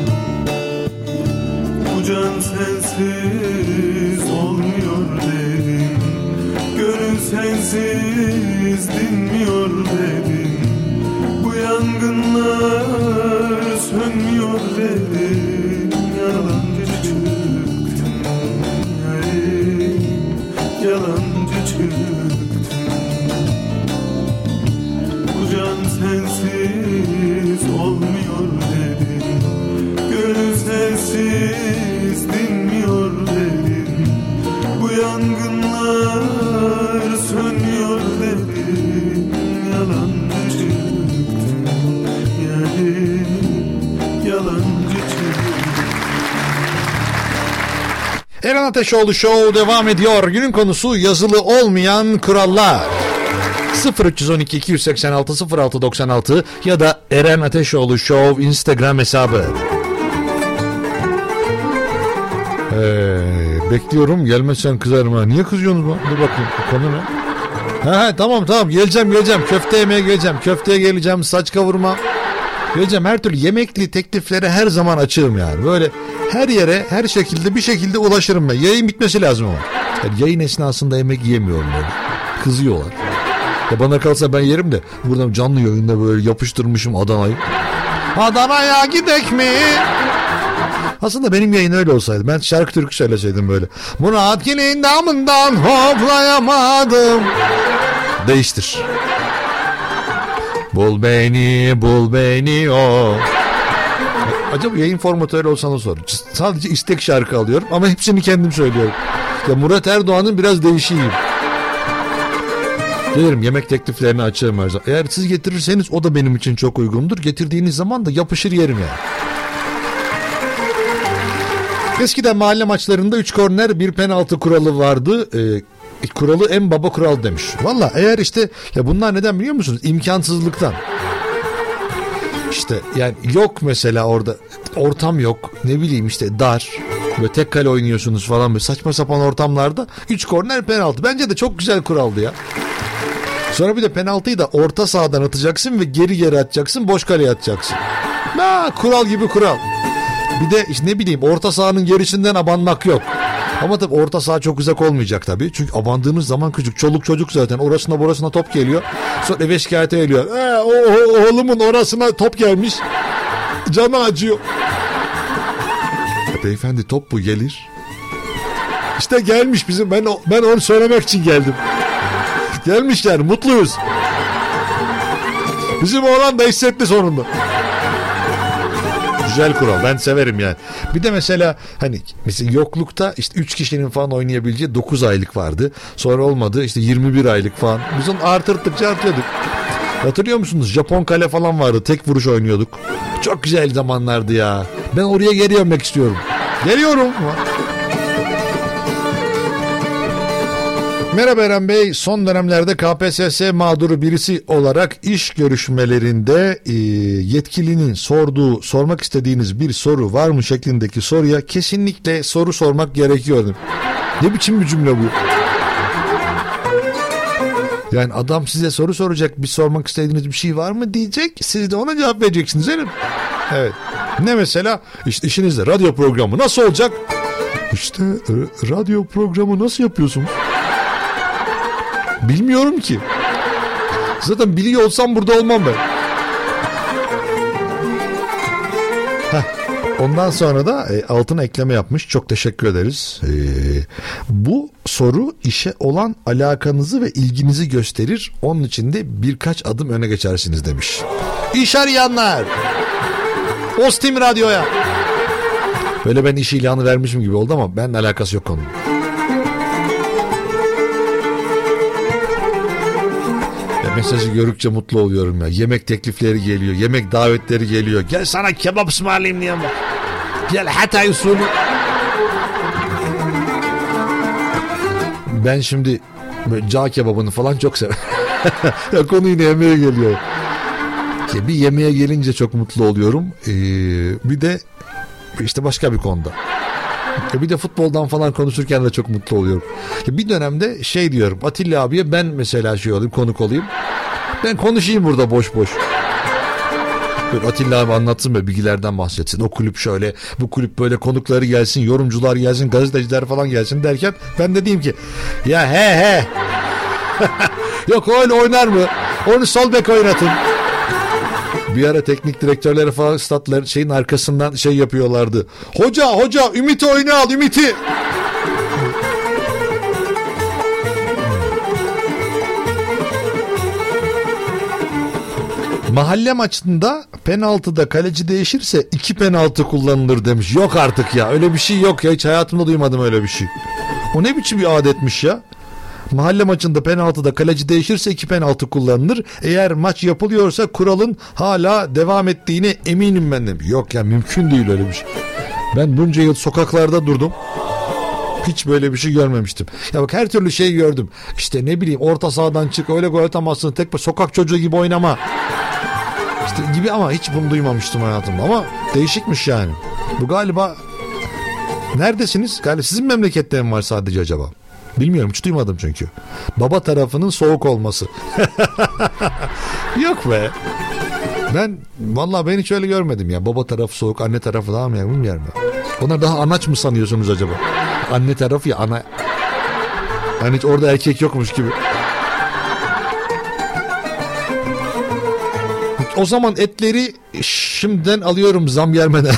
Bu can sensiz olmuyor dedim, gönül sensiz dinmiyor dedim. Bu yangınlar sönmüyor dedim, yalancı çıktın, yalancı çıktın. Bu can sensiz olmuyor dedim, gönül sensiz dinmiyor dedim. Bu yangınlar sönmüyor dedim, yalancı çıktın, yalancı çıktın. Eren Ateşoğlu Show devam ediyor. Günün konusu yazılı olmayan kurallar. 0312 286 0696 ya da Eren Ateşoğlu Show Instagram hesabı. Bekliyorum, gelmezsen kızarım ha. Niye kızıyorsunuz mu? Dur bakayım, konu ne? Tamam geleceğim. Köfte yemeye geleceğim. Köfteye geleceğim, saç kavurma. Geleceğim, her türlü yemekli tekliflere her zaman açığım yani. Böyle her yere, her şekilde bir şekilde ulaşırım ben. Yayın bitmesi lazım ama. Yani yayın esnasında yemek yiyemiyorum böyle. Kızıyorlar. Ya bana kalsa ben yerim de buradan canlı yayında böyle yapıştırmışım Adana'yı. Adana'ya gidek mi? Aslında benim yayın öyle olsaydı, ben şarkı türkü söyleseydim böyle. Murat Gil'in damından hoplayamadım. Değiştir. Bul beni o. Acaba yayın formatı öyle olsa nasıl olur? Sadece istek şarkı alıyorum ama hepsini kendim söylüyorum. Ya Murat Erdoğan'ın biraz değişiyim. Gelirim, yemek tekliflerini açığım her zaman. Eğer siz getirirseniz o da benim için çok uygundur. Getirdiğiniz zaman da yapışır yerim yani. Eskiden mahalle maçlarında 3 korner 1 penaltı kuralı vardı. Kuralı en baba kural demiş. Valla eğer işte, ya bunlar neden biliyor musunuz? İmkansızlıktan. İşte yani yok mesela orada ortam yok, ne bileyim işte dar, böyle tek kale oynuyorsunuz falan, böyle saçma sapan ortamlarda 3 korner penaltı. Bence de çok güzel kuraldı ya. Sonra bir de penaltıyı da orta sahadan atacaksın ve geri atacaksın, boş kaleye atacaksın. Kural gibi kural. Bir de işte ne bileyim, orta sahanın gerisinden abanmak yok. Ama tabii orta saha çok uzak olmayacak tabii. Çünkü abandığınız zaman küçük çoluk çocuk zaten orasına burasına top geliyor. Sonra eve şikayete geliyor. Oğlumun orasına top gelmiş. Canı acıyor. Beyefendi, top bu gelir. İşte gelmiş bizim, ben onu söylemek için geldim. Gelmiş yani, mutluyuz. Bizim oğlan da hissetti sonunda. Güzel kural, ben severim yani. Bir de mesela hani mesela yoklukta işte 3 kişinin falan oynayabileceği 9 aylık vardı. Sonra olmadı, işte 21 aylık falan. Biz onu artırdıkça artıyorduk. Hatırlıyor musunuz? Japon kale falan vardı, tek vuruş oynuyorduk. Çok güzel zamanlardı ya. Ben oraya geri dönmek istiyorum. Geliyorum. Merhaba Eren Bey, son dönemlerde KPSS mağduru birisi olarak iş görüşmelerinde yetkilinin sormak istediğiniz bir soru var mı şeklindeki soruya kesinlikle soru sormak gerekiyor. Ne biçim bir cümle bu? Yani adam size soru soracak, bir sormak istediğiniz bir şey var mı diyecek, siz de ona cevap vereceksiniz değil mi? Evet. Ne mesela? İşte işinizde radyo programı nasıl olacak? İşte radyo programı nasıl yapıyorsunuz? Bilmiyorum ki. Zaten biliyor olsam burada olmam ben. Ondan sonra da altına ekleme yapmış. Çok teşekkür ederiz. Bu soru işe olan alakanızı ve ilginizi gösterir. Onun için de birkaç adım öne geçersiniz demiş. İş arayanlar, Ostim Radyo'ya. Böyle ben iş ilanı vermişim gibi oldu ama benimle alakası yok onun. Mesajı gördükçe mutlu oluyorum ya. Yemek teklifleri geliyor. Yemek davetleri geliyor. Gel sana kebap ısmarlayayım diye bak. Gel Hatay usulü. Ben şimdi cağ kebabını falan çok severim. Ya konu yine yemeğe geliyor. Bir yemeğe gelince çok mutlu oluyorum. Bir de işte başka bir konuda. Bir de futboldan falan konuşurken de çok mutlu oluyorum. Bir dönemde şey diyorum, Atilla abiye ben mesela şey olayım, konuk olayım. Ben konuşayım burada boş boş. Böyle Atilla abi anlatsın ve bilgilerden bahsetsin. O kulüp şöyle, bu kulüp böyle, konukları gelsin, yorumcular gelsin, gazeteciler falan gelsin derken ben de diyeyim ki ya he. Yok öyle oynar mı? Onu sol bek oynatın. Bir ara teknik direktörleri falan statların şeyin arkasından şey yapıyorlardı. Hoca Ümit'i oyuna al, Ümit'i. Mahalle maçında penaltıda kaleci değişirse 2 penaltı kullanılır demiş. Yok artık ya, öyle bir şey yok ya, hiç hayatımda duymadım öyle bir şey. O ne biçim bir adetmiş ya. Mahalle maçında penaltıda kaleci değişirse 2 penaltı kullanılır. Eğer maç yapılıyorsa kuralın hala devam ettiğine eminim ben demiş. Yok ya, mümkün değil öyle bir şey. Ben bunca yıl sokaklarda durdum. Hiç böyle bir şey görmemiştim. Ya bak, her türlü şey gördüm. İşte ne bileyim, orta sahadan çık, öyle gol atamazsın, tek sokak çocuğu gibi oynama. İşte gibi, ama hiç bunu duymamıştım hayatımda. Ama değişikmiş yani. Bu galiba, neredesiniz? Galiba sizin memlekette mi var sadece acaba? Bilmiyorum, hiç duymadım çünkü. Baba tarafının soğuk olması. Yok be. Vallahi ben hiç öyle görmedim ya. Baba tarafı soğuk, anne tarafı daha mı ya? Bilmiyorum ya. Onlar daha anaç mı sanıyorsunuz acaba? Anne tarafı ya ana. Hani hiç orada erkek yokmuş gibi. O zaman etleri şimdiden alıyorum zam gelmeden.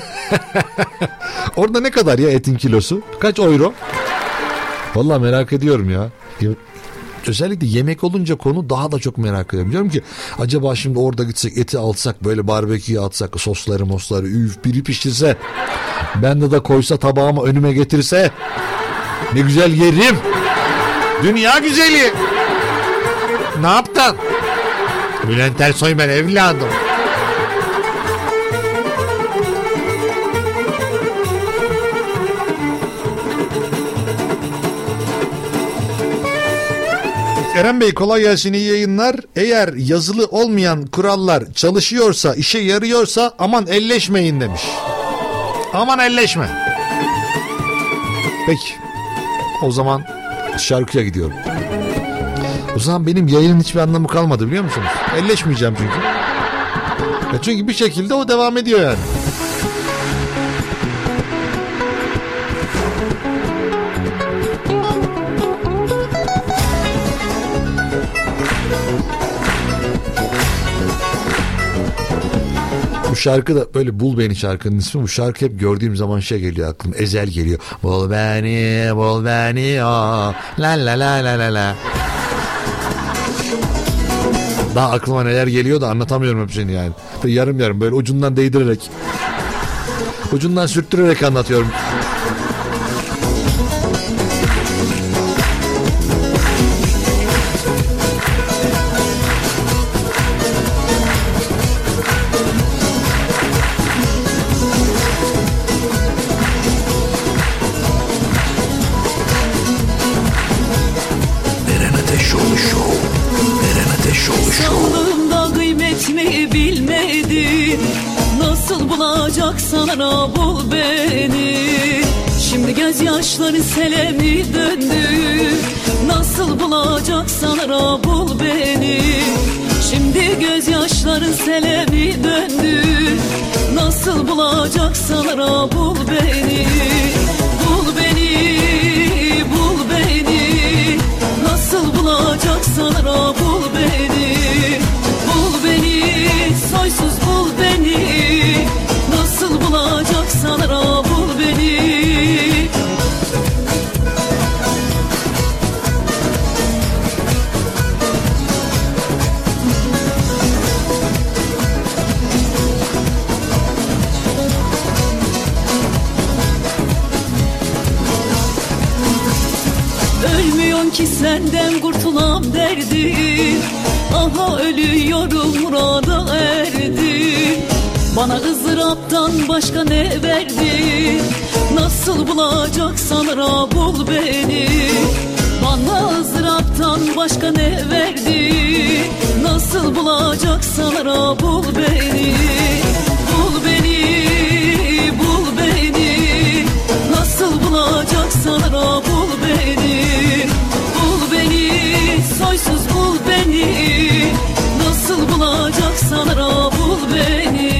Orada ne kadar ya etin kilosu? Kaç euro? Vallahi merak ediyorum ya. Özellikle yemek olunca konu daha da çok merak ediyorum. Diyorum ki acaba şimdi orada gitsek, eti alsak, böyle barbeküye atsak, sosları biri pişirse, ben de koysa tabağıma önüme getirse, ne güzel yerim. Dünya güzeli. Ne yaptın? Bülent Ersoy ben evladım. Eren Bey kolay gelsin, iyi yayınlar. Eğer yazılı olmayan kurallar çalışıyorsa, işe yarıyorsa aman elleşmeyin demiş. Aman elleşme. Peki. O zaman şarkıya gidiyorum. O zaman benim yayının hiçbir anlamı kalmadı, biliyor musunuz? Elleşmeyeceğim çünkü. Çünkü bir şekilde o devam ediyor yani. Bu şarkı da böyle, Bul Beni şarkının ismi. Bu şarkı hep gördüğüm zaman şey geliyor aklıma. Ezel geliyor. Bul beni oh. La la la la la la. Daha aklıma neler geliyor da anlatamıyorum hepsini yani. Böyle yarım böyle ucundan değdirerek, ucundan sürttürerek anlatıyorum. Sandığımda kıymetimi bilmedin, nasıl bulacaksan ara bul beni. Şimdi gözyaşları sele mi döndü, nasıl bulacaksan ara bul beni. Şimdi gözyaşları sele mi döndü, nasıl bulacaksan ara bul beni. Bul beni, bul beni, nasıl bulacaksan ara bul beni. Bul beni, soysuz bul beni, nasıl bulacaksan ara bul beni. Ölmüyorsun ki senden kurtulam derdim, Aha ölüyorum murada erdim. Bana ızdıraptan başka ne verdi? Nasıl bulacaksan ara bul beni. Bana ızdıraptan başka ne verdi? Nasıl bulacaksan ara bul beni. Bul beni, bul beni. Nasıl bulacaksan ara bul beni. Bul beni, soysuz bul beni. Nasıl bulacaksan ara bul beni.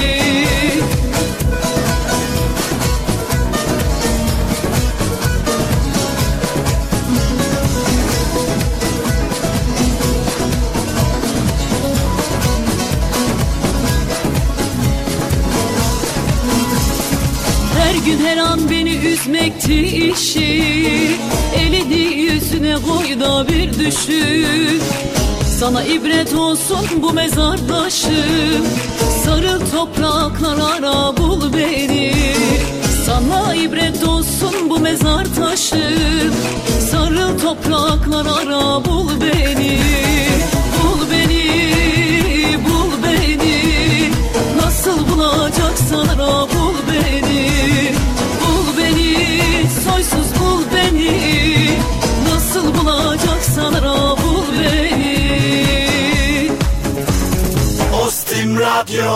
Her gün her an beni üzmekti işi. Elini yüzüne koy da bir düşün. Sana ibret olsun bu mezar taşı. Sarı topraklar ara bul beni. Sana ibret olsun bu mezar taşı. Sarı topraklar ara bul beni. Bul beni, bul beni. Nasıl bulacaksan ara bul beni. Bul beni, soysuz bul beni. Nasıl bulacaksan ara bul beni. Ostim Radyo.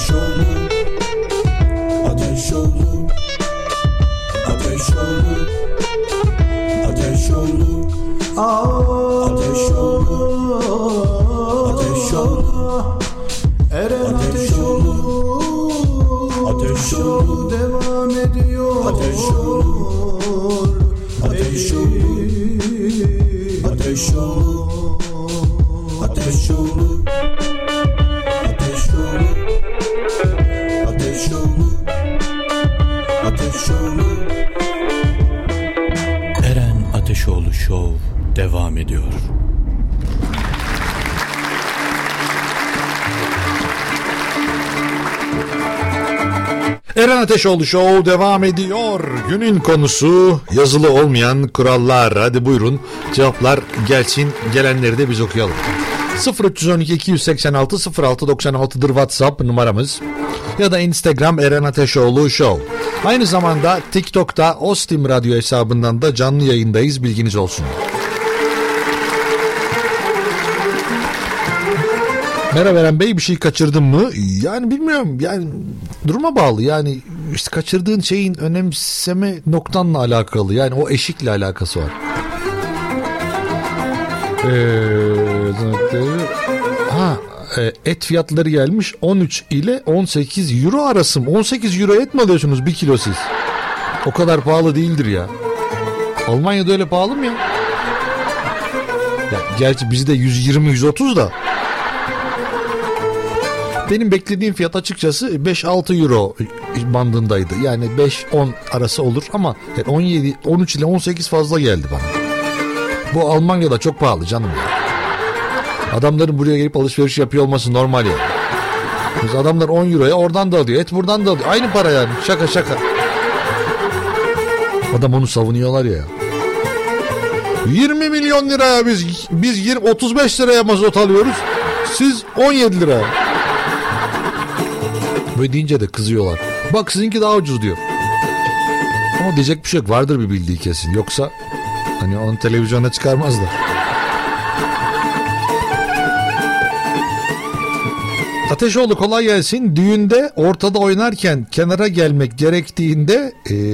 Ateşoğlu, Ateşoğlu, Ateşoğlu, Ateşoğlu, Ateşoğlu, Ateşoğlu, Eren Ateşoğlu, Ateşoğlu devam ediyor. Ateşoğlu, Ateşoğlu, Ateşoğlu, Ateşoğlu, Ateşoğlu, Ateşoğlu, Ateşoğlu. Eren Ateşoğlu Show devam ediyor. Eren Ateşoğlu Show devam ediyor. Günün konusu yazılı olmayan kurallar. Hadi buyurun cevaplar gelsin. Gelenleri de biz okuyalım. 0312 286 0696'dır WhatsApp numaramız. Ya da Instagram Eren Ateşoğlu Show. Aynı zamanda TikTok'ta Ostim Radyo hesabından da canlı yayındayız. Bilginiz olsun. Merhaba Eren Bey, bir şey kaçırdın mı? Yani bilmiyorum, yani duruma bağlı. Yani işte kaçırdığın şeyin önemseme noktanla alakalı. Yani o eşikle alakası var. Et fiyatları gelmiş 13 ile 18 euro arası mı? 18 euro et mi alıyorsunuz 1 kilo siz? O kadar pahalı değildir ya. Almanya'da öyle pahalı mı ya? Ya gerçi bizde 120-130 da. Benim beklediğim fiyat açıkçası 5-6 euro bandındaydı. Yani 5-10 arası olur ama 17, 13 ile 18 fazla geldi bana. Bu Almanya'da çok pahalı canım ya. Adamların buraya gelip alışveriş yapıyor olması normal ya. Biz adamlar 10 euroya oradan da alıyor. Et buradan da alıyor. Aynı para yani. Şaka şaka. Adam onu savunuyorlar ya. 20 milyon liraya biz 35 liraya mazot alıyoruz. Siz 17 lira. Böyle deyince de kızıyorlar. Bak sizinki daha ucuz diyor. Ama diyecek bir şey yok. Vardır bir bildiği kesin. Yoksa hani onu televizyona çıkarmazlar. Ateşoğlu kolay gelsin. Düğünde ortada oynarken kenara gelmek gerektiğinde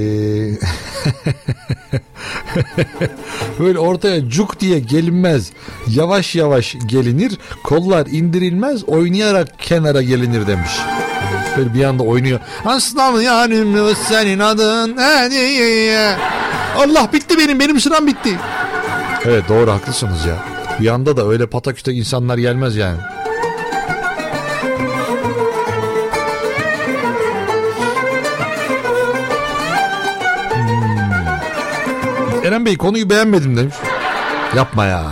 böyle ortaya cuk diye gelinmez. Yavaş yavaş gelinir. Kollar indirilmez. Oynayarak kenara gelinir demiş. Böyle bir anda oynuyor. Aslan yani senin adın hediye. Allah bitti benim sıram bitti. Evet doğru haklısınız ya. Bir anda da öyle pataküte insanlar gelmez yani. Eren Bey konuyu beğenmedim demiş. Yapma ya.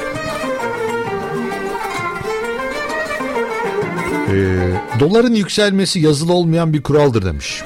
Doların yükselmesi yazılı olmayan bir kuraldır demiş.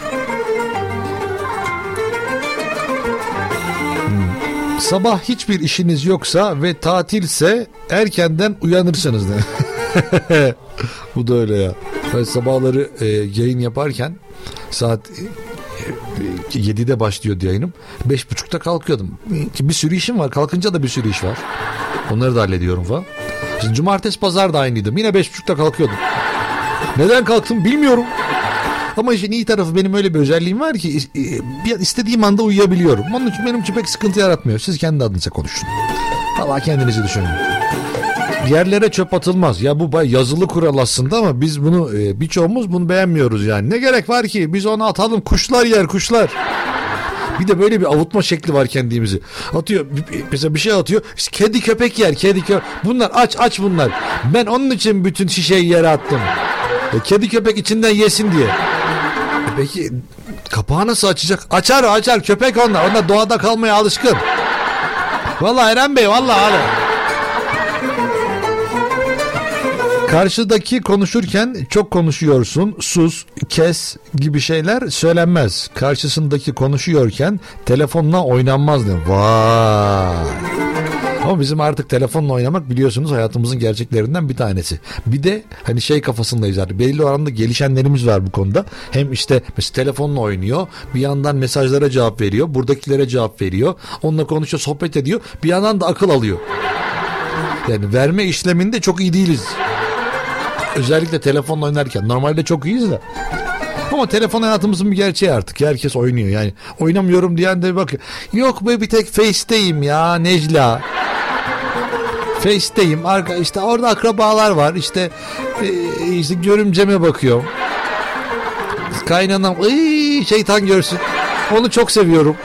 Sabah hiçbir işiniz yoksa ve tatilse erkenden uyanırsınız demiş. Bu da öyle ya. Ben sabahları yayın yaparken saat 7'de başlıyordu yayınım. 5.30'da kalkıyordum. Bir sürü işim var. Kalkınca da bir sürü iş var. Onları da hallediyorum falan. Şimdi cumartesi pazar da aynıydım. Yine 5.30'da kalkıyordum. Neden kalktım bilmiyorum. Ama işin iyi tarafı benim öyle bir özelliğim var ki istediğim anda uyuyabiliyorum. Onun için benim için pek sıkıntı yaratmıyor. Siz kendi adınıza konuşun. Allah kendinizi düşünün. Yerlere çöp atılmaz. Ya bu yazılı kural aslında ama biz bunu birçoğumuz bunu beğenmiyoruz yani. Ne gerek var ki? Biz onu atalım. Kuşlar yer kuşlar. Bir de böyle bir avutma şekli var kendimizi. Atıyor mesela bir şey atıyor. İşte kedi köpek yer. Bunlar aç bunlar. Ben onun için bütün şişeyi yere attım. Kedi köpek içinden yesin diye. Peki kapağı nasıl açacak? Açar köpek onlar. Onlar doğada kalmaya alışkın. Vallahi Eren Bey vallahi. Karşıdaki konuşurken çok konuşuyorsun, sus, kes gibi şeyler söylenmez. Karşısındaki konuşuyorken telefonla oynanmaz diyor. Vay. Ama bizim artık telefonla oynamak biliyorsunuz hayatımızın gerçeklerinden bir tanesi. Bir de hani şey kafasındayız artık. Belli oranda gelişenlerimiz var bu konuda. Hem işte mesela telefonla oynuyor. Bir yandan mesajlara cevap veriyor. Buradakilere cevap veriyor. Onunla konuşuyor, sohbet ediyor. Bir yandan da akıl alıyor. Yani verme işleminde çok iyi değiliz. Özellikle telefonla oynarken. Normalde çok iyiyiz de. Ama telefon hayatımızın bir gerçeği artık. Herkes oynuyor yani. Oynamıyorum diyen de bak. Yok be bir tek Face'teyim ya Necla. Face'teyim. İşte orada akrabalar var. İşte görümceme bakıyorum. Kaynanam şeytan görsün. Onu çok seviyorum.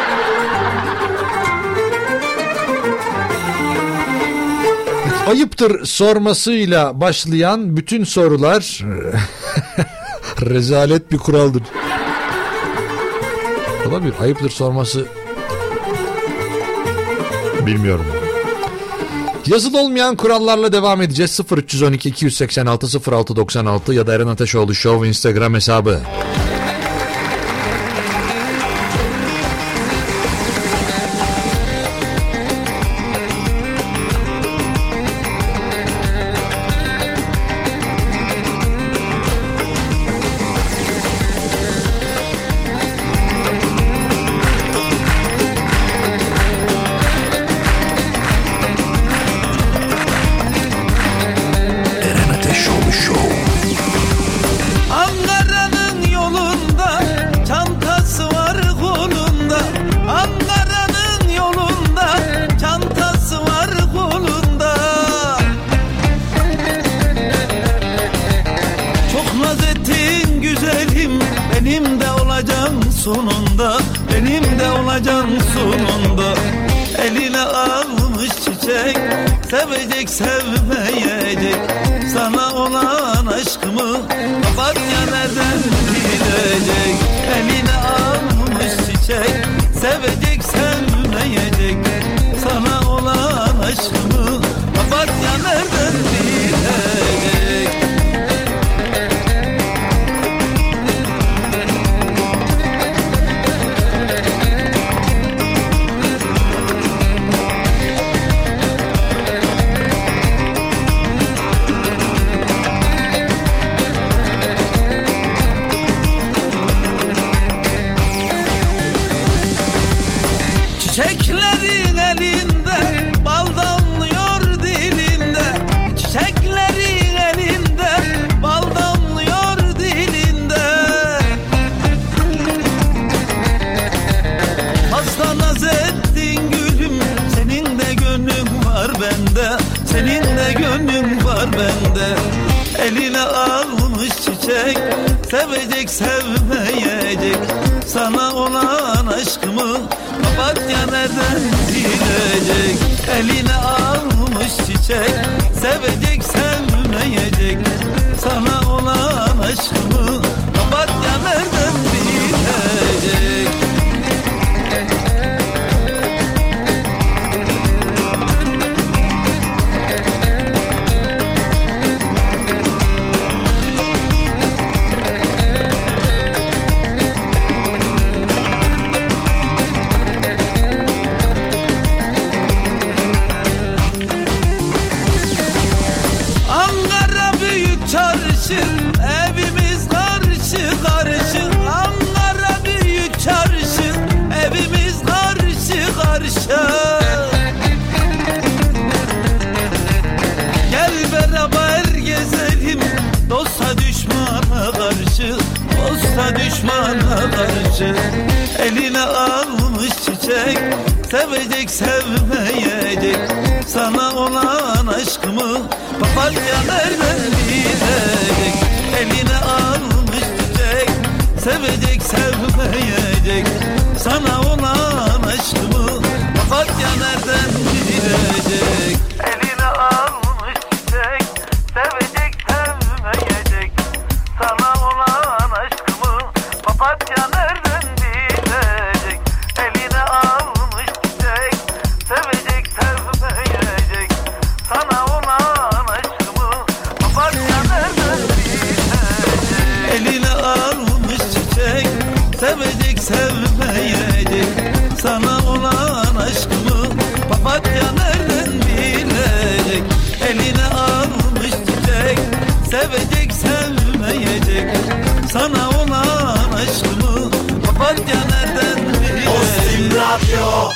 Ayıptır sormasıyla başlayan bütün sorular rezalet bir kuraldır. Olabilir. Ayıptır sorması bilmiyorum. Yazılı olmayan kurallarla devam edeceğiz. 0312 286 0696 ya da Eren Ateşoğlu Show Instagram hesabı. Sonunda benim de olacaksın sonunda. Eline almış çiçek, sevecek sevmeyecek. Sana olan aşkımı papatya nereden bilecek? Eline almış çiçek, sevecek sevmeyecek. Sana olan aşkımı papatya nereden bilecek? Çiçeklerin elinde, bal damlıyor dilinde. Çiçeklerin elinde, bal damlıyor dilinde. Fazla naz ettin gülüm, senin de gönlün var bende. Senin de gönlün var bende. Eline almış çiçek, sevecek sevmeyecek. Sana olan aşkımı papatya nereden bilecek? Eline almış çiçek, sevecek sevmeyecek. Sana olan aşkımı papatya nereden bilecek? Evimiz karşı karşı, Ankara büyük çarşı. Evimiz karşı karşı. Gel beraber gezelim, dosta düşmana karşı. Dosta düşmana karşı. Eline almış çiçek, sevecek sevmeyecek. Sana olan aşkımı papatya nereden bilecek? Eline almış çiçek, sevecek sevmeyecek. Sana olan aşkımı papatya nereden bilecek? Eline almış çiçek, sevecek sevmeyecek. Sana olan aşkımı papatya nereden bilecek? Eline almış çiçek, sevecek sevmeyecek. Sana olan aşkımı papatya nereden bilecek? Eline almış çiçek, sevecek sevmeyecek. Sana olan aşkımı papatya nereden bilecek? Eline almış çiçek, sevecek sevmeyecek. Sana olan aşkımı papatya nereden bilecek? Ostim Radyo.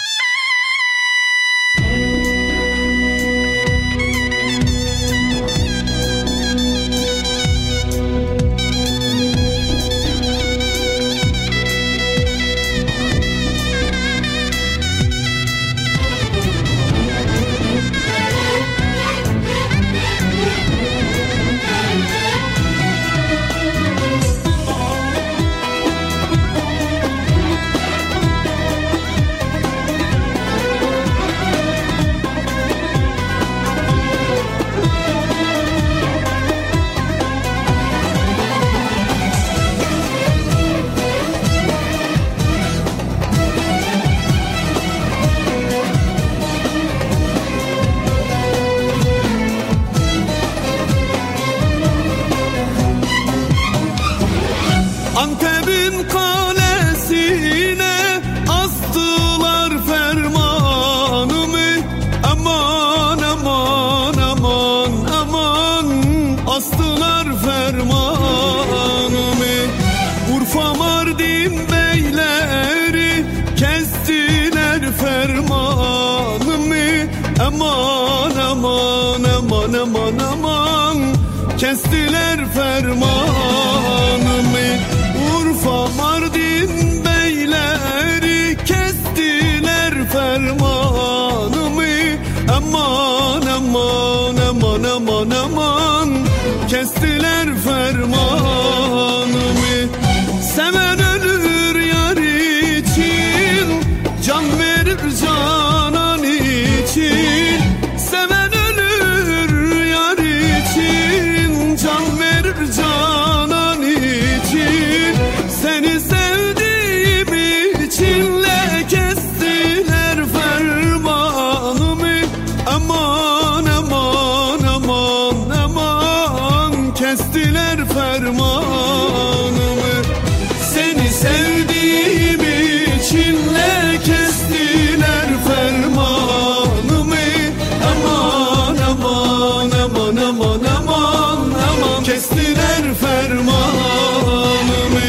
Antep'in kalesine astılar fermanımı. Aman aman aman aman, astılar fermanımı. Urfa Mardin beyleri kestiler fermanımı. Aman aman aman aman aman, kestiler fermanımı. Urfa Mardin beyleri kestiler fermanımı. Aman aman aman aman aman, kestiler fermanımı. Seven ölür yar için, can verir canan için. Seven ölür yar için, can verir canan için. Seni sevdiğim içinle kestiler fermanımı. Aman aman aman aman, kestiler fermanımı. Seni sevdiğim içinle kestiler fermanımı. Aman aman aman aman aman aman, kestiler fermanımı.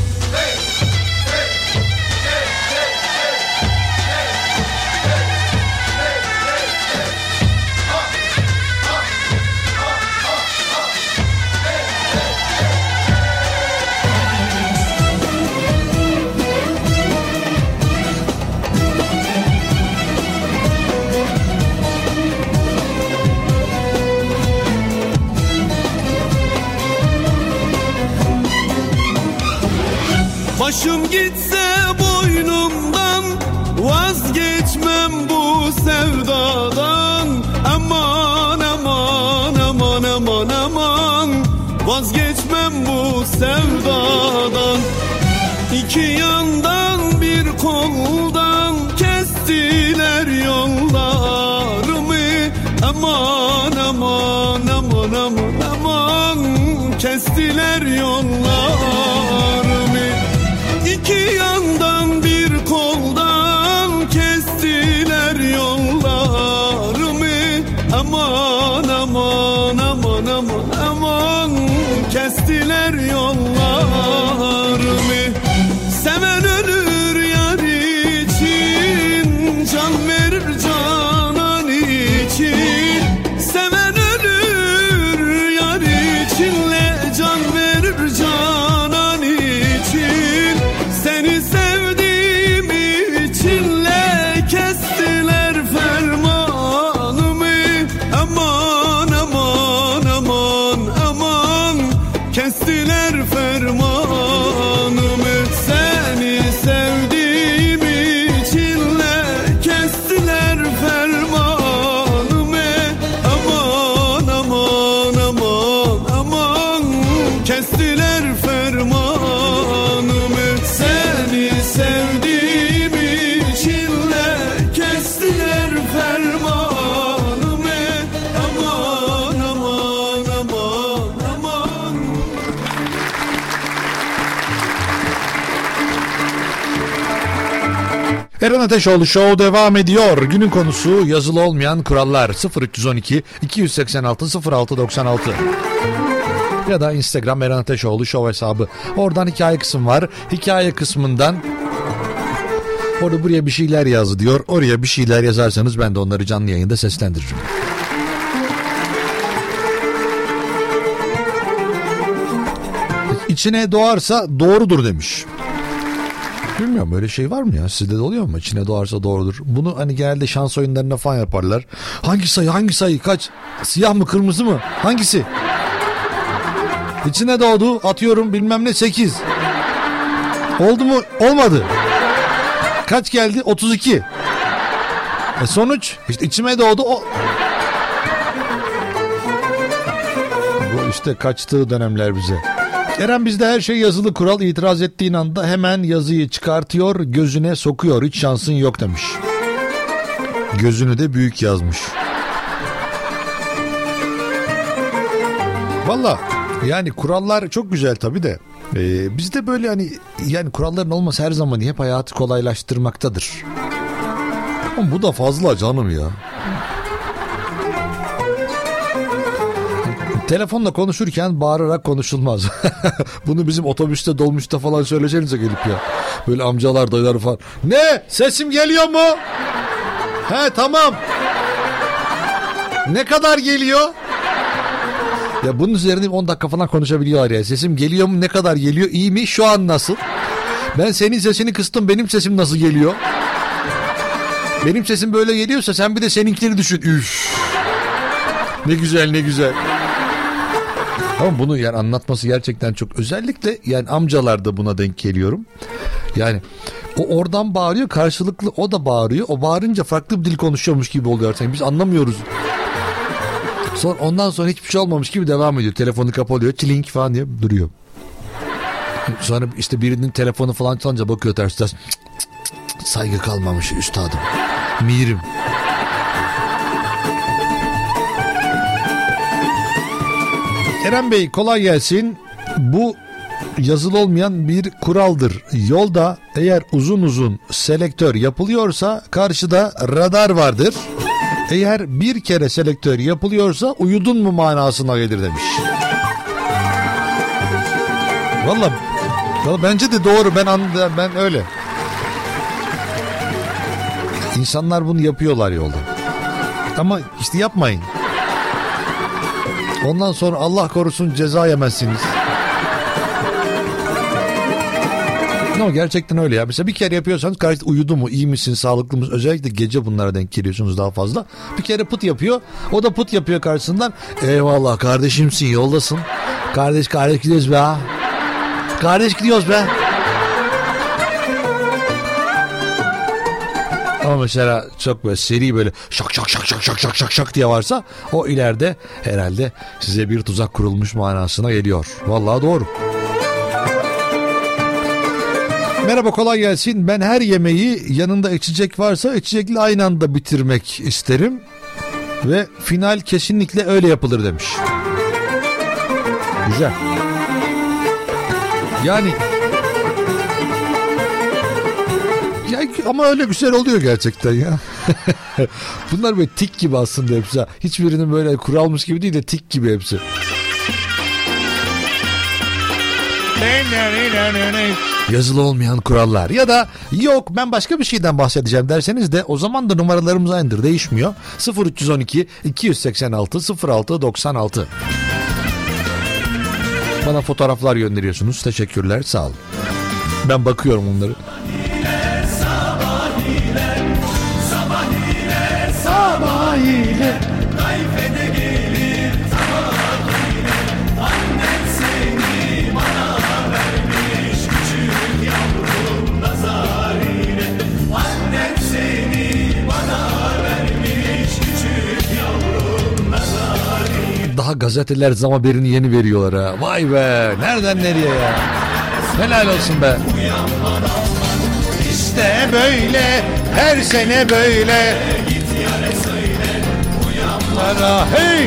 Başım gitse boynumdan, vazgeçmem bu sevdadan. Aman aman aman aman aman, vazgeçmem bu sevdadan. İki yandan bir koldan kestiler yollarımı. Aman aman aman aman aman, kestiler yollarımı. İki yandan bir koldan kestiler yollarımı. Aman aman aman aman aman, kestiler yollarımı. Seven ölür yar için, can verir canan için. Seven ölür yar içinle, can verir canan için. Seni sevdiğim içinle kestiler fermanımı. Aman aman aman aman, kestiler fermanımı. Seni sevdiğim içinle kestiler fermanımı. Aman aman aman aman, kestiler fermanımı. Seni sevdiğim içinle kestiler fermanımı. Aman aman aman aman. Eren Ateşoğlu Show devam ediyor. Günün konusu yazılı olmayan kurallar. 0312 286 0696 ya da Instagram Eren Ateşoğlu Show hesabı. Oradan hikaye kısmı var. Hikaye kısmından orada buraya bir şeyler yaz diyor. Oraya bir şeyler yazarsanız ben de onları canlı yayında seslendiririm. İçine doğarsa doğrudur demiş. Bilmiyorum, öyle şey var mı ya? Sizde de oluyor mu? İçine doğarsa doğrudur. Bunu hani genelde şans oyunlarına falan yaparlar. Hangi sayı kaç? Siyah mı kırmızı mı? Hangisi? İçine doğdu, atıyorum bilmem ne 8. Oldu mu? Olmadı. Kaç geldi? 32. Sonuç işte içime doğdu o. Bu işte kaçtığı dönemler bize. Eren bizde her şey yazılı kural, itiraz ettiğin anda hemen yazıyı çıkartıyor, gözüne sokuyor, hiç şansın yok demiş. Gözünü de büyük yazmış. Valla Yani kurallar çok güzel tabii de. Bizde böyle hani yani kuralların olması her zaman hep hayatı kolaylaştırmaktadır. Ama bu da fazla canım ya. Telefonla konuşurken bağırarak konuşulmaz. Bunu bizim otobüste, dolmuşta falan söylesenize gelip ya. Böyle amcalar, dayılar falan. Ne? Sesim geliyor mu? He tamam. Ne kadar geliyor? Ya bunun üzerine 10 dakika falan konuşabiliyorlar ya. Sesim geliyor mu? Ne kadar geliyor? İyi mi? Şu an nasıl? Ben senin sesini kıstım. Benim sesim nasıl geliyor? Benim sesim böyle geliyorsa sen bir de seninkileri düşün. Üf. Ne güzel, ne güzel. Ama bunu yani anlatması gerçekten çok, özellikle yani amcalarda buna denk geliyorum. Yani o oradan bağırıyor, karşılıklı o da bağırıyor. O bağırınca farklı bir dil konuşuyormuş gibi oluyor. Yani biz anlamıyoruz. Ondan sonra hiçbir şey olmamış gibi devam ediyor. Telefonu kapalıyor, çilink falan diye duruyor. Sonra işte birinin telefonu falan çalınca bakıyor ters ters. Saygı kalmamış üstadım. Mirim. Eren Bey kolay gelsin. Bu yazılı olmayan bir kuraldır. Yolda eğer uzun uzun selektör yapılıyorsa karşıda radar vardır. Eğer bir kere selektör yapılıyorsa uyudun mu manasına gelir demiş. Vallahi bence de doğru. Ben öyle. İnsanlar bunu yapıyorlar yolda. Ama işte yapmayın. Ondan sonra Allah korusun ceza yemezsiniz. Ama gerçekten öyle ya. Mesela bir kere yapıyorsanız karşı uyudu mu, iyi misin, sağlıklı mısın? Özellikle gece bunlara denk geliyorsunuz daha fazla. Bir kere pıt yapıyor. O da pıt yapıyor karşısından. Eyvallah kardeşimsin, yoldasın. Kardeş gidiyoruz be ha. Kardeş gidiyoruz be. Ama mesela çok böyle seri böyle şak diye varsa o ileride herhalde size bir tuzak kurulmuş manasına geliyor. Vallahi doğru. Merhaba kolay gelsin. Ben her yemeği yanında içecek varsa içecekle aynı anda bitirmek isterim. Ve final kesinlikle öyle yapılır demiş. Güzel. Yani ya ama öyle güzel oluyor gerçekten ya. Bunlar böyle tik gibi aslında hepsi. Hiçbirinin böyle kuralmış gibi değil de tik gibi hepsi. Yazılı olmayan kurallar ya da yok ben başka bir şeyden bahsedeceğim derseniz de o zaman da numaralarımız aynıdır, değişmiyor. 0312 286 06 96. Bana fotoğraflar gönderiyorsunuz, teşekkürler, sağ olun. Ben bakıyorum onları. Sabahile kayfede gelir sabahile. Annen seni bana vermiş küçük yavrum nazarine. Annen seni bana vermiş küçük yavrum nazarine. Daha gazeteler zam haberini yeni veriyorlar ha. Vay be, nereden nereye ya. Helal olsun be. İşte böyle her sene böyle. Yare söyle uyanlara hey.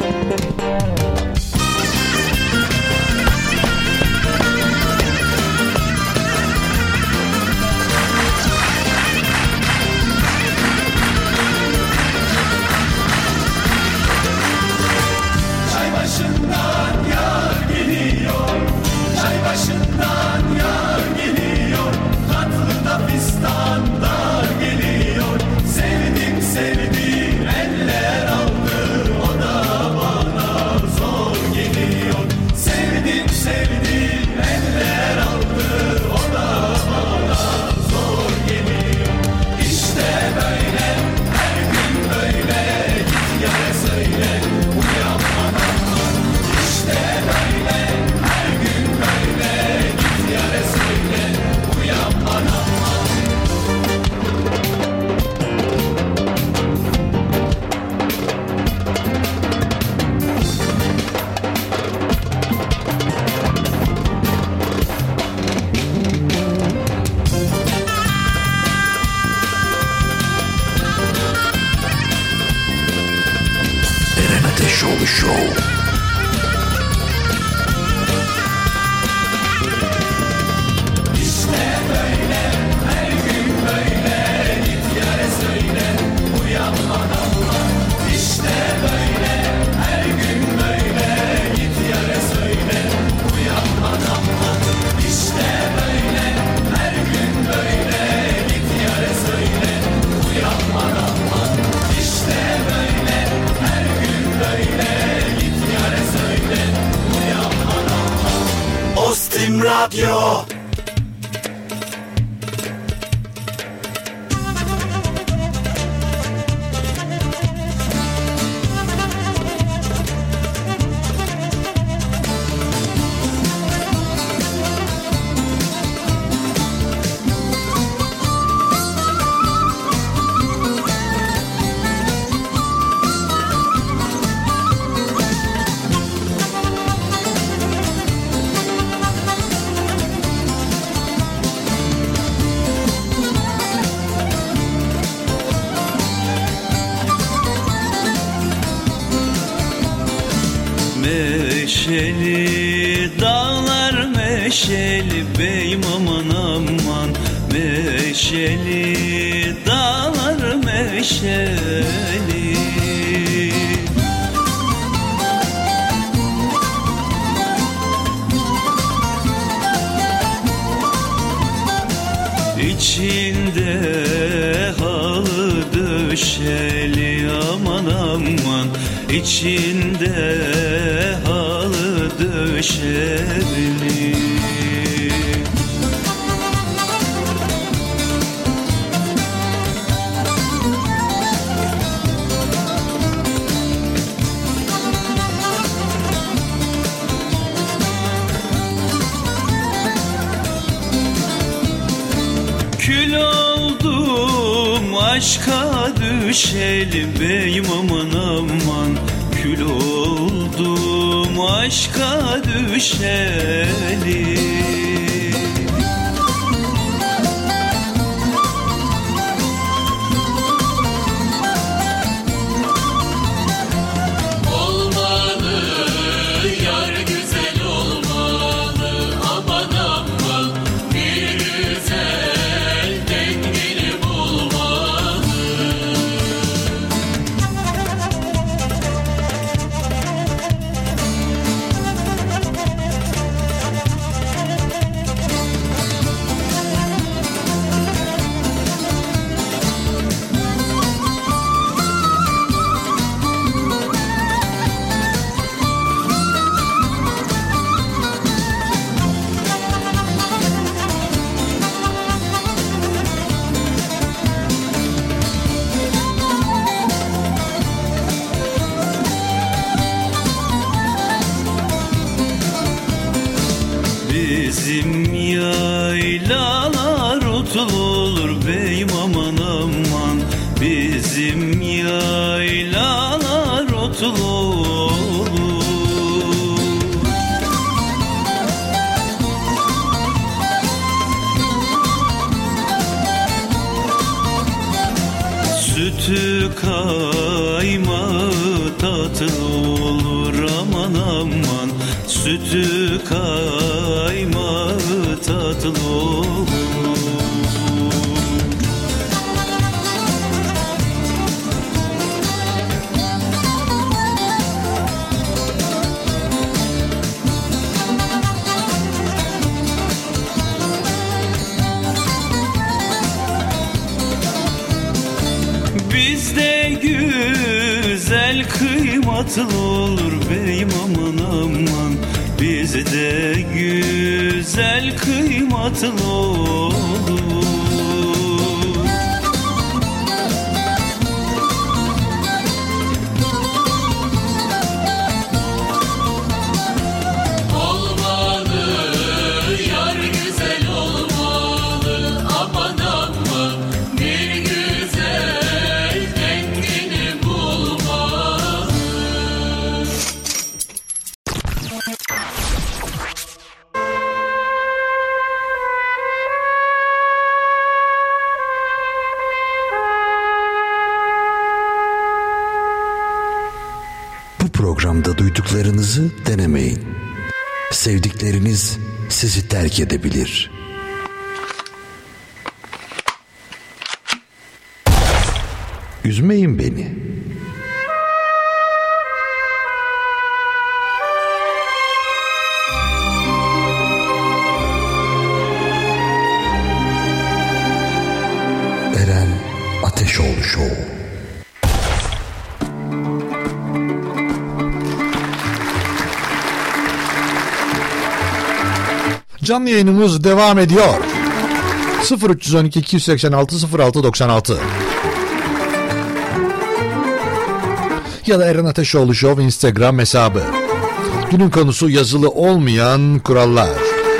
Çay başından yar geliyor. Çay başından yar geliyor. Tatlı da fistanlar geliyor. Sevdim sevdim eller aldı. O da bana zor geliyor. Sevdim sevdim eller aldı. O da bana zor geliyor. İşte böyle her gün böyle. Git yare söyle uyan bana. İşte böyle her gün böyle. Git yare söyle uyan bana. Eren Ateşoğlu Show. Radyo. Meşeli dağlar meşeli beyim aman aman, meşeli dağlar meşeli. İçinde halı döşeli aman aman, İçinde halı döşeli. Kül oldum aşka düşeli beyim aman aman, kül oldum aşka düşeli. Olmalı yar güzel olmalı aman aman, bir güzel dengeli bulmalı. Bizim yaylalar otlu olur beyim aman aman, bizim yaylalar otlu olur. Sütü kaymağı tatlı olur aman aman, sütü kaymağı tatlı olur. Bizde güzel kıymatlı olur beyim aman aman, bizde güzel kıymatlı olur. Olmalı yar güzel olmalı aman aman, bir güzel dengeni bulmalı. Bu programda duyduklarınızı denemeyin. Sevdikleriniz sizi terk edebilir. Üzmeyin beni. Eren Ateşoğlu Show. canlı yayınımız devam ediyor. 0312 286 06 96 ya da Eren Ateşoğlu Show Instagram hesabı. Günün konusu yazılı olmayan kurallar.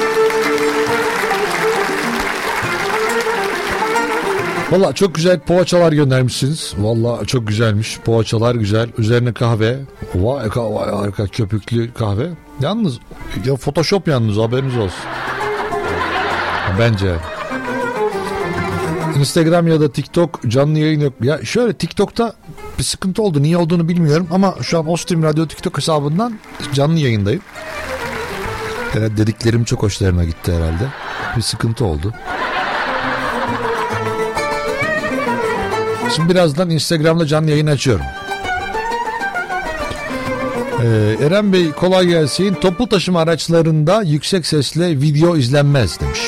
Valla çok güzel poğaçalar göndermişsiniz. Valla çok güzelmiş. Poğaçalar güzel. Üzerine kahve. Vay harika, köpüklü kahve. Yalnız ya Photoshop yalnız, haberiniz olsun. Bence. Instagram ya da TikTok canlı yayın yok. Ya şöyle, TikTok'ta bir sıkıntı oldu. Niye olduğunu bilmiyorum ama şu an Ostim Radyo TikTok hesabından canlı yayındayım. Evet, dediklerim çok hoşlarına gitti herhalde. Bir sıkıntı oldu. Şimdi birazdan Instagram'da canlı yayın açıyorum. Eren Bey kolay gelsin. Toplu taşıma araçlarında yüksek sesle video izlenmez demiş.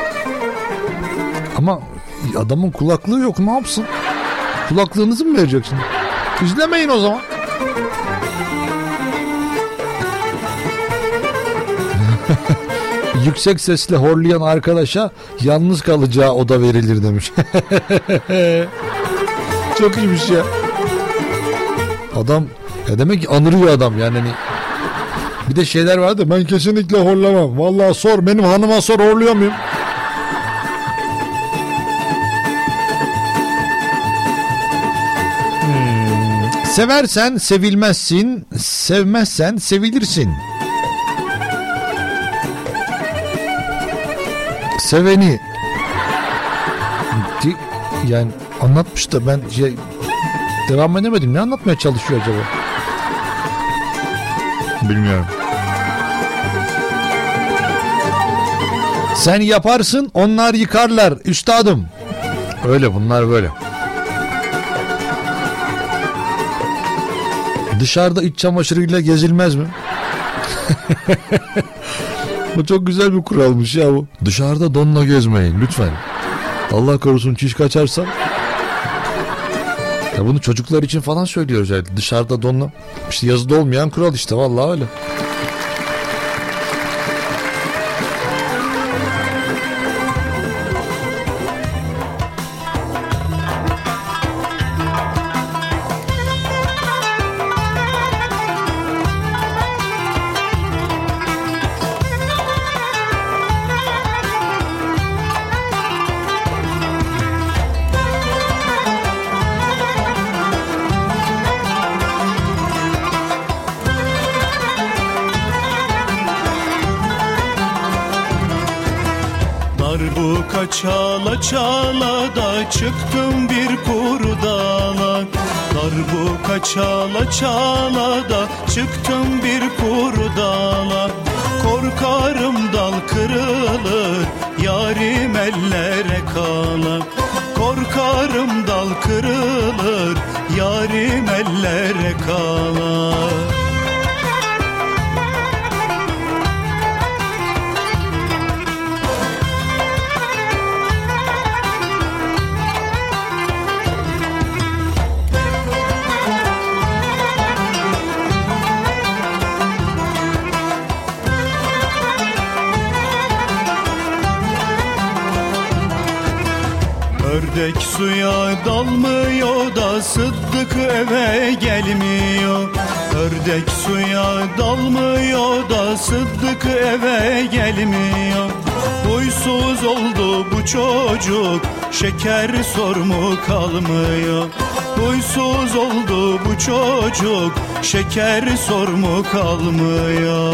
Ama adamın kulaklığı yok, ne yapsın? Kulaklığınızı mı vereceksin? İzlemeyin o zaman. Yüksek sesle horlayan arkadaşa yalnız kalacağı oda verilir demiş. Çok iyiymiş ya. Adam ya, demek ki anırıyor adam yani. Hani bir de şeyler vardı, ben kesinlikle horlamam. Vallahi sor, benim hanıma sor, horluyor muyum? Seversen sevilmezsin, sevmezsen sevilirsin. Seveni yani anlatmış da ben devam edemedim. Ne anlatmaya çalışıyor acaba? Bilmiyorum. Sen yaparsın, onlar yıkarlar üstadım. Öyle, bunlar böyle. Dışarıda iç çamaşırıyla gezilmez mi? Bu çok güzel bir kuralmış ya bu. Dışarıda donla gezmeyin lütfen. Allah korusun çiş kaçarsa. Ya bunu çocuklar için falan söylüyoruz yani. Dışarıda donla. İşte yazıda olmayan kural işte, vallahi öyle. Çala çala da çıktım bir kuru dala. Darbuka çala çala da çıktım bir kuru dala. Korkarım dal kırılır, yarim ellere kala. Korkarım dal kırılır, yarim ellere kala. Ördek suya dalmıyor da Sıddık eve gelmiyor. Ördek suya dalmıyor da Sıddık eve gelmiyor. Huysuz oldu bu çocuk, şeker sor mu kalmıyor. Huysuz oldu bu çocuk, şeker sor mu kalmıyor.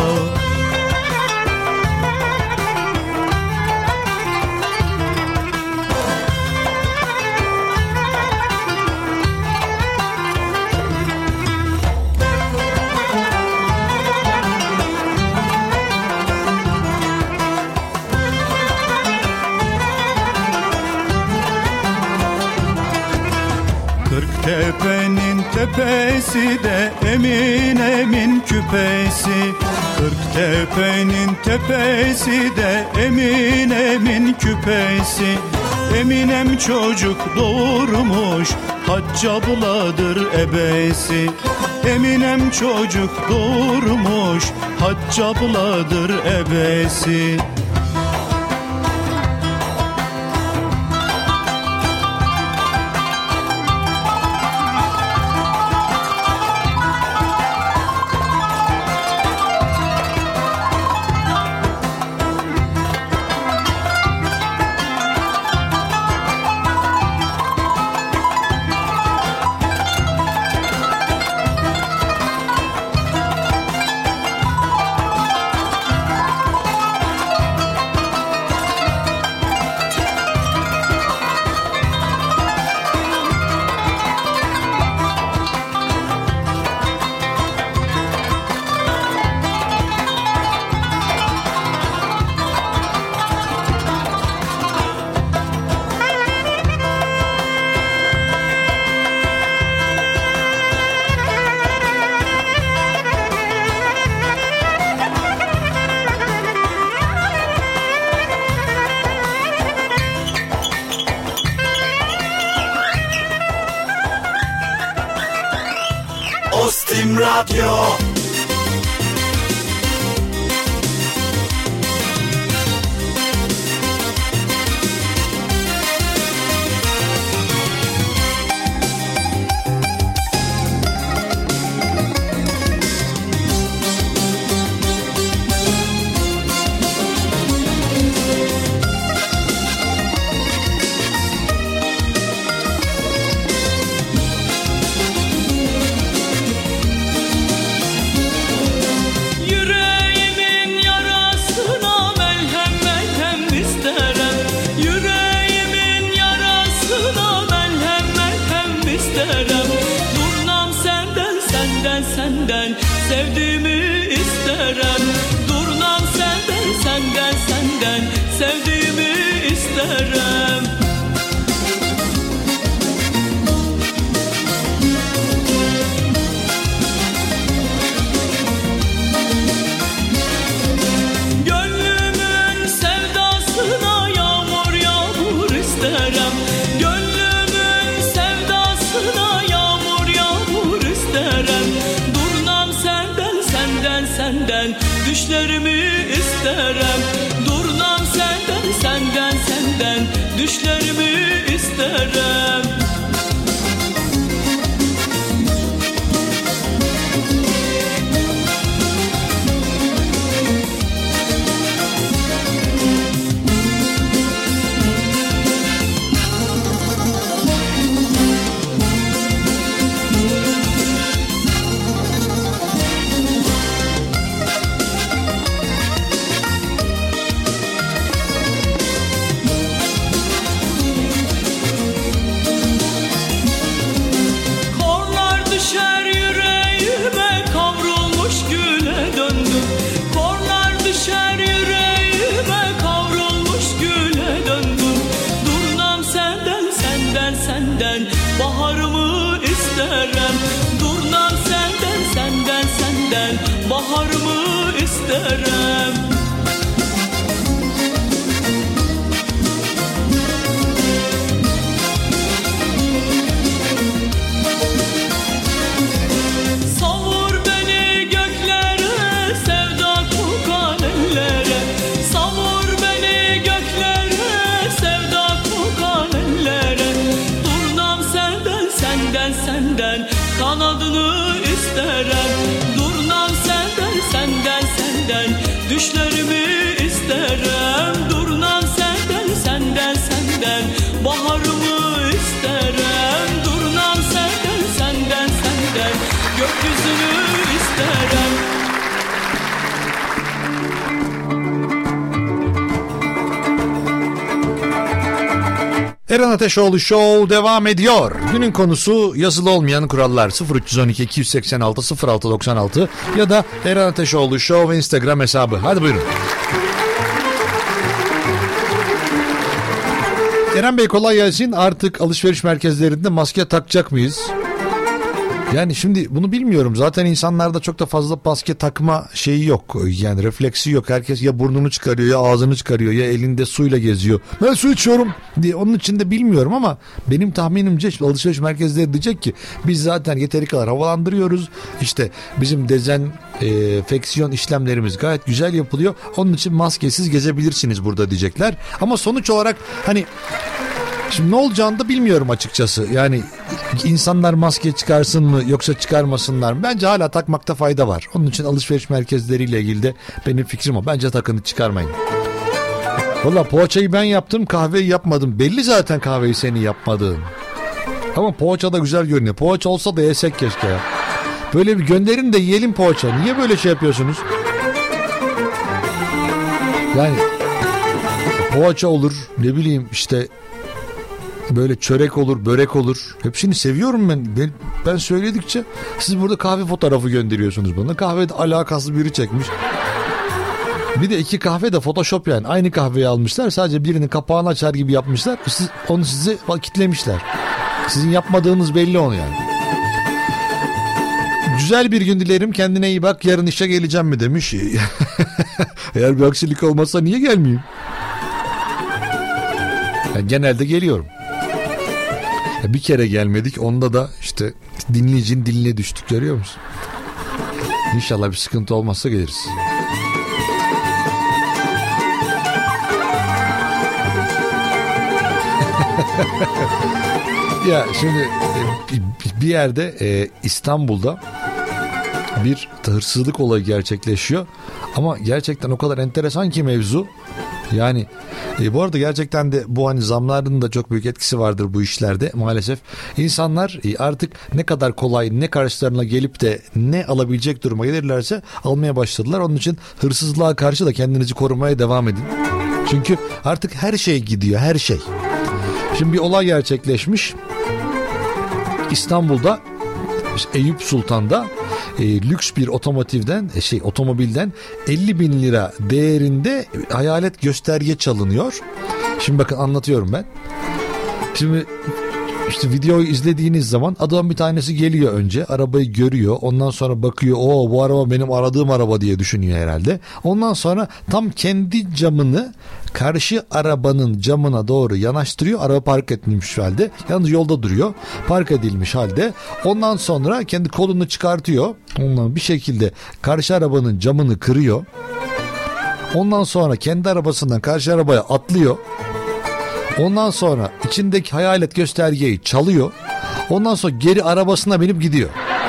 Tepenin tepesi de emin emin küpesi. Kırk tepenin tepesi de emin emin küpesi. Eminem çocuk doğurmuş, Hacı abladır ebesi. Eminem çocuk doğurmuş, Hacı abladır ebesi. Radyo. Sevdiğimi isterim. Durnam senden sevdiğimi isterim. Gönlümün sevdasına yağmur yağmur isterim. Gönlümün sevdasına yağmur yağmur isterim. Senden düşlerimi isterim. Durnam senden düşlerimi isterim. Baharımı isterim. Durnam senden baharımı isterim. Savur beni göklere, sevda kokan ellere. Savur beni göklere, sevda kokan ellere. Senden kanadını isterim. Durnam senden düşlerimi isterim. Durnam senden baharımı isterim. Durnam senden gökyüzünü isterim. Eren Ateşoğlu Show devam ediyor. Günün konusu yazılı olmayan kurallar. 0312 286 0696 ya da Eren Ateşoğlu Show Instagram hesabı. Hadi buyurun. Eren Bey kolay gelsin. Artık alışveriş merkezlerinde maske takacak mıyız? Yani şimdi bunu bilmiyorum. Zaten insanlarda çok da fazla maske takma şeyi yok. Yani refleksi yok. Herkes ya burnunu çıkarıyor ya ağzını çıkarıyor ya elinde suyla geziyor. Ben su içiyorum diye. Onun için de bilmiyorum ama benim tahminimce alışveriş merkezleri diyecek ki biz zaten yeteri kadar havalandırıyoruz. İşte bizim dezenfeksiyon işlemlerimiz gayet güzel yapılıyor. Onun için maskesiz gezebilirsiniz burada diyecekler. Ama sonuç olarak hani şimdi ne olacağını da bilmiyorum açıkçası. Yani insanlar maske çıkarsın mı yoksa çıkarmasınlar mı? Bence hala takmakta fayda var. Onun için alışveriş merkezleriyle ilgili de benim fikrim o. Bence takın, çıkarmayın. Valla poğaçayı ben yaptım, kahveyi yapmadım. Belli zaten kahveyi senin yapmadığın. Ama poğaça da güzel görünüyor. Poğaça olsa da yesek keşke ya. Böyle bir gönderin de yiyelim poğaça. Niye böyle şey yapıyorsunuz? Yani poğaça olur, ne bileyim işte böyle çörek olur, börek olur. Hepsini seviyorum ben. Ben söyledikçe siz burada kahve fotoğrafı gönderiyorsunuz bana. Kahvede alakasız biri çekmiş. Bir de iki kahve de Photoshop yani. Aynı kahveyi almışlar. Sadece birinin kapağını açar gibi yapmışlar. Onu size kitlemişler. Sizin yapmadığınız belli onu yani. Güzel bir gün dilerim. Kendine iyi bak. Yarın işe geleceğim mi demiş. Eğer bir aksilik olmazsa niye gelmeyeyim? Yani genelde geliyorum. Bir kere gelmedik. Onda da işte dinleyicinin diline düştük, görüyor musun? İnşallah bir sıkıntı olmazsa geliriz. Ya şimdi bir yerde İstanbul'da bir hırsızlık olayı gerçekleşiyor. Ama gerçekten o kadar enteresan ki mevzu. Yani bu arada gerçekten de bu hani zamların da çok büyük etkisi vardır bu işlerde maalesef. İnsanlar artık ne kadar kolay ne karşılarına gelip de ne alabilecek duruma gelirlerse almaya başladılar. Onun için hırsızlığa karşı da kendinizi korumaya devam edin. Çünkü artık her şey gidiyor, her şey. Şimdi bir olay gerçekleşmiş. İstanbul'da Eyüp Sultan'da lüks bir otomobilden 50 bin lira değerinde hayalet gösterge çalınıyor. Şimdi bakın anlatıyorum ben. Şimdi işte videoyu izlediğiniz zaman adam bir tanesi geliyor önce arabayı görüyor, ondan sonra bakıyor, o bu araba benim aradığım araba diye düşünüyor herhalde. Ondan sonra tam kendi camını karşı arabanın camına doğru yanaştırıyor. Araba park edilmiş halde, yalnız yolda duruyor, park edilmiş halde. Ondan sonra kendi kolunu çıkartıyor, ondan bir şekilde karşı arabanın camını kırıyor. Ondan sonra kendi arabasından karşı arabaya atlıyor. Ondan sonra içindeki hayalet göstergeyi çalıyor. Ondan sonra geri arabasına binip gidiyor.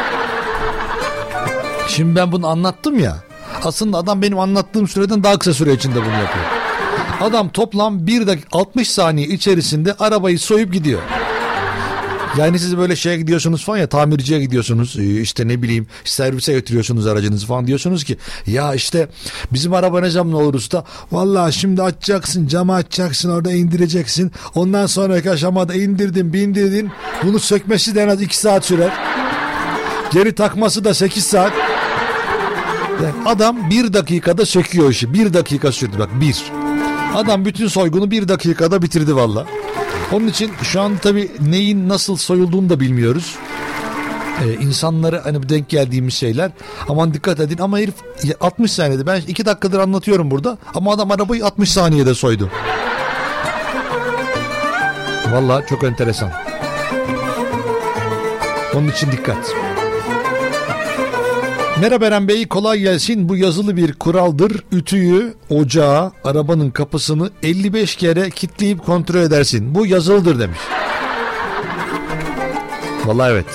Şimdi ben bunu anlattım ya. Aslında adam benim anlattığım süreden daha kısa süre içinde bunu yapıyor. Adam toplam 1 dakika 60 saniye içerisinde arabayı soyup gidiyor. Yani siz böyle şeye gidiyorsunuz falan ya, tamirciye gidiyorsunuz, işte ne bileyim servise götürüyorsunuz aracınızı falan, diyorsunuz ki ya işte bizim araba ne zaman olur usta? Vallahi şimdi açacaksın, camı açacaksın, orada indireceksin, ondan sonraki aşamada indirdin bindirdin, bunu sökmesi de en az 2 saat sürer, geri takması da 8 saat. Yani adam 1 dakikada söküyor işi. 1 dakika sürdü bak, 1. Adam bütün soygunu 1 dakikada bitirdi valla. Onun için şu an tabii neyin nasıl soyulduğunu da bilmiyoruz. İnsanlara hani denk geldiğimiz şeyler. Aman dikkat edin, ama herif 60 saniyede, ben 2 dakikadır anlatıyorum burada, ama adam arabayı 60 saniyede soydu. Vallahi çok enteresan. Onun için dikkat. Merhaba Eren Bey, kolay gelsin. Bu yazılı bir kuraldır. Ütüyü, ocağı, arabanın kapısını 55 kere kilitleyip kontrol edersin. Bu yazılıdır demiş. Vallahi evet.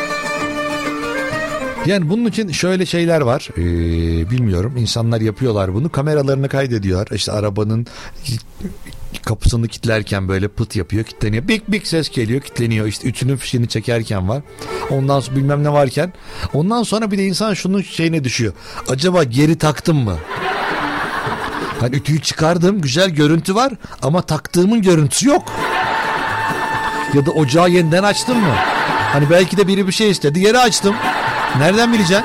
Yani bunun için şöyle şeyler var. Bilmiyorum, insanlar yapıyorlar bunu. Kameralarını kaydediyorlar. İşte arabanın kapısını kilitlerken böyle pıt yapıyor, kilitleniyor. Bik bik ses geliyor, kilitleniyor. İşte ütünün fişini çekerken var. Ondan sonra bilmem ne varken. Ondan sonra bir de insan şunun şeyine düşüyor. Acaba geri taktım mı? Hani ütüyü çıkardım, güzel görüntü var ama taktığımın görüntüsü yok. Ya da ocağı yeniden açtım mı? Hani belki de biri bir şey istedi, geri açtım. Nereden bileceksin?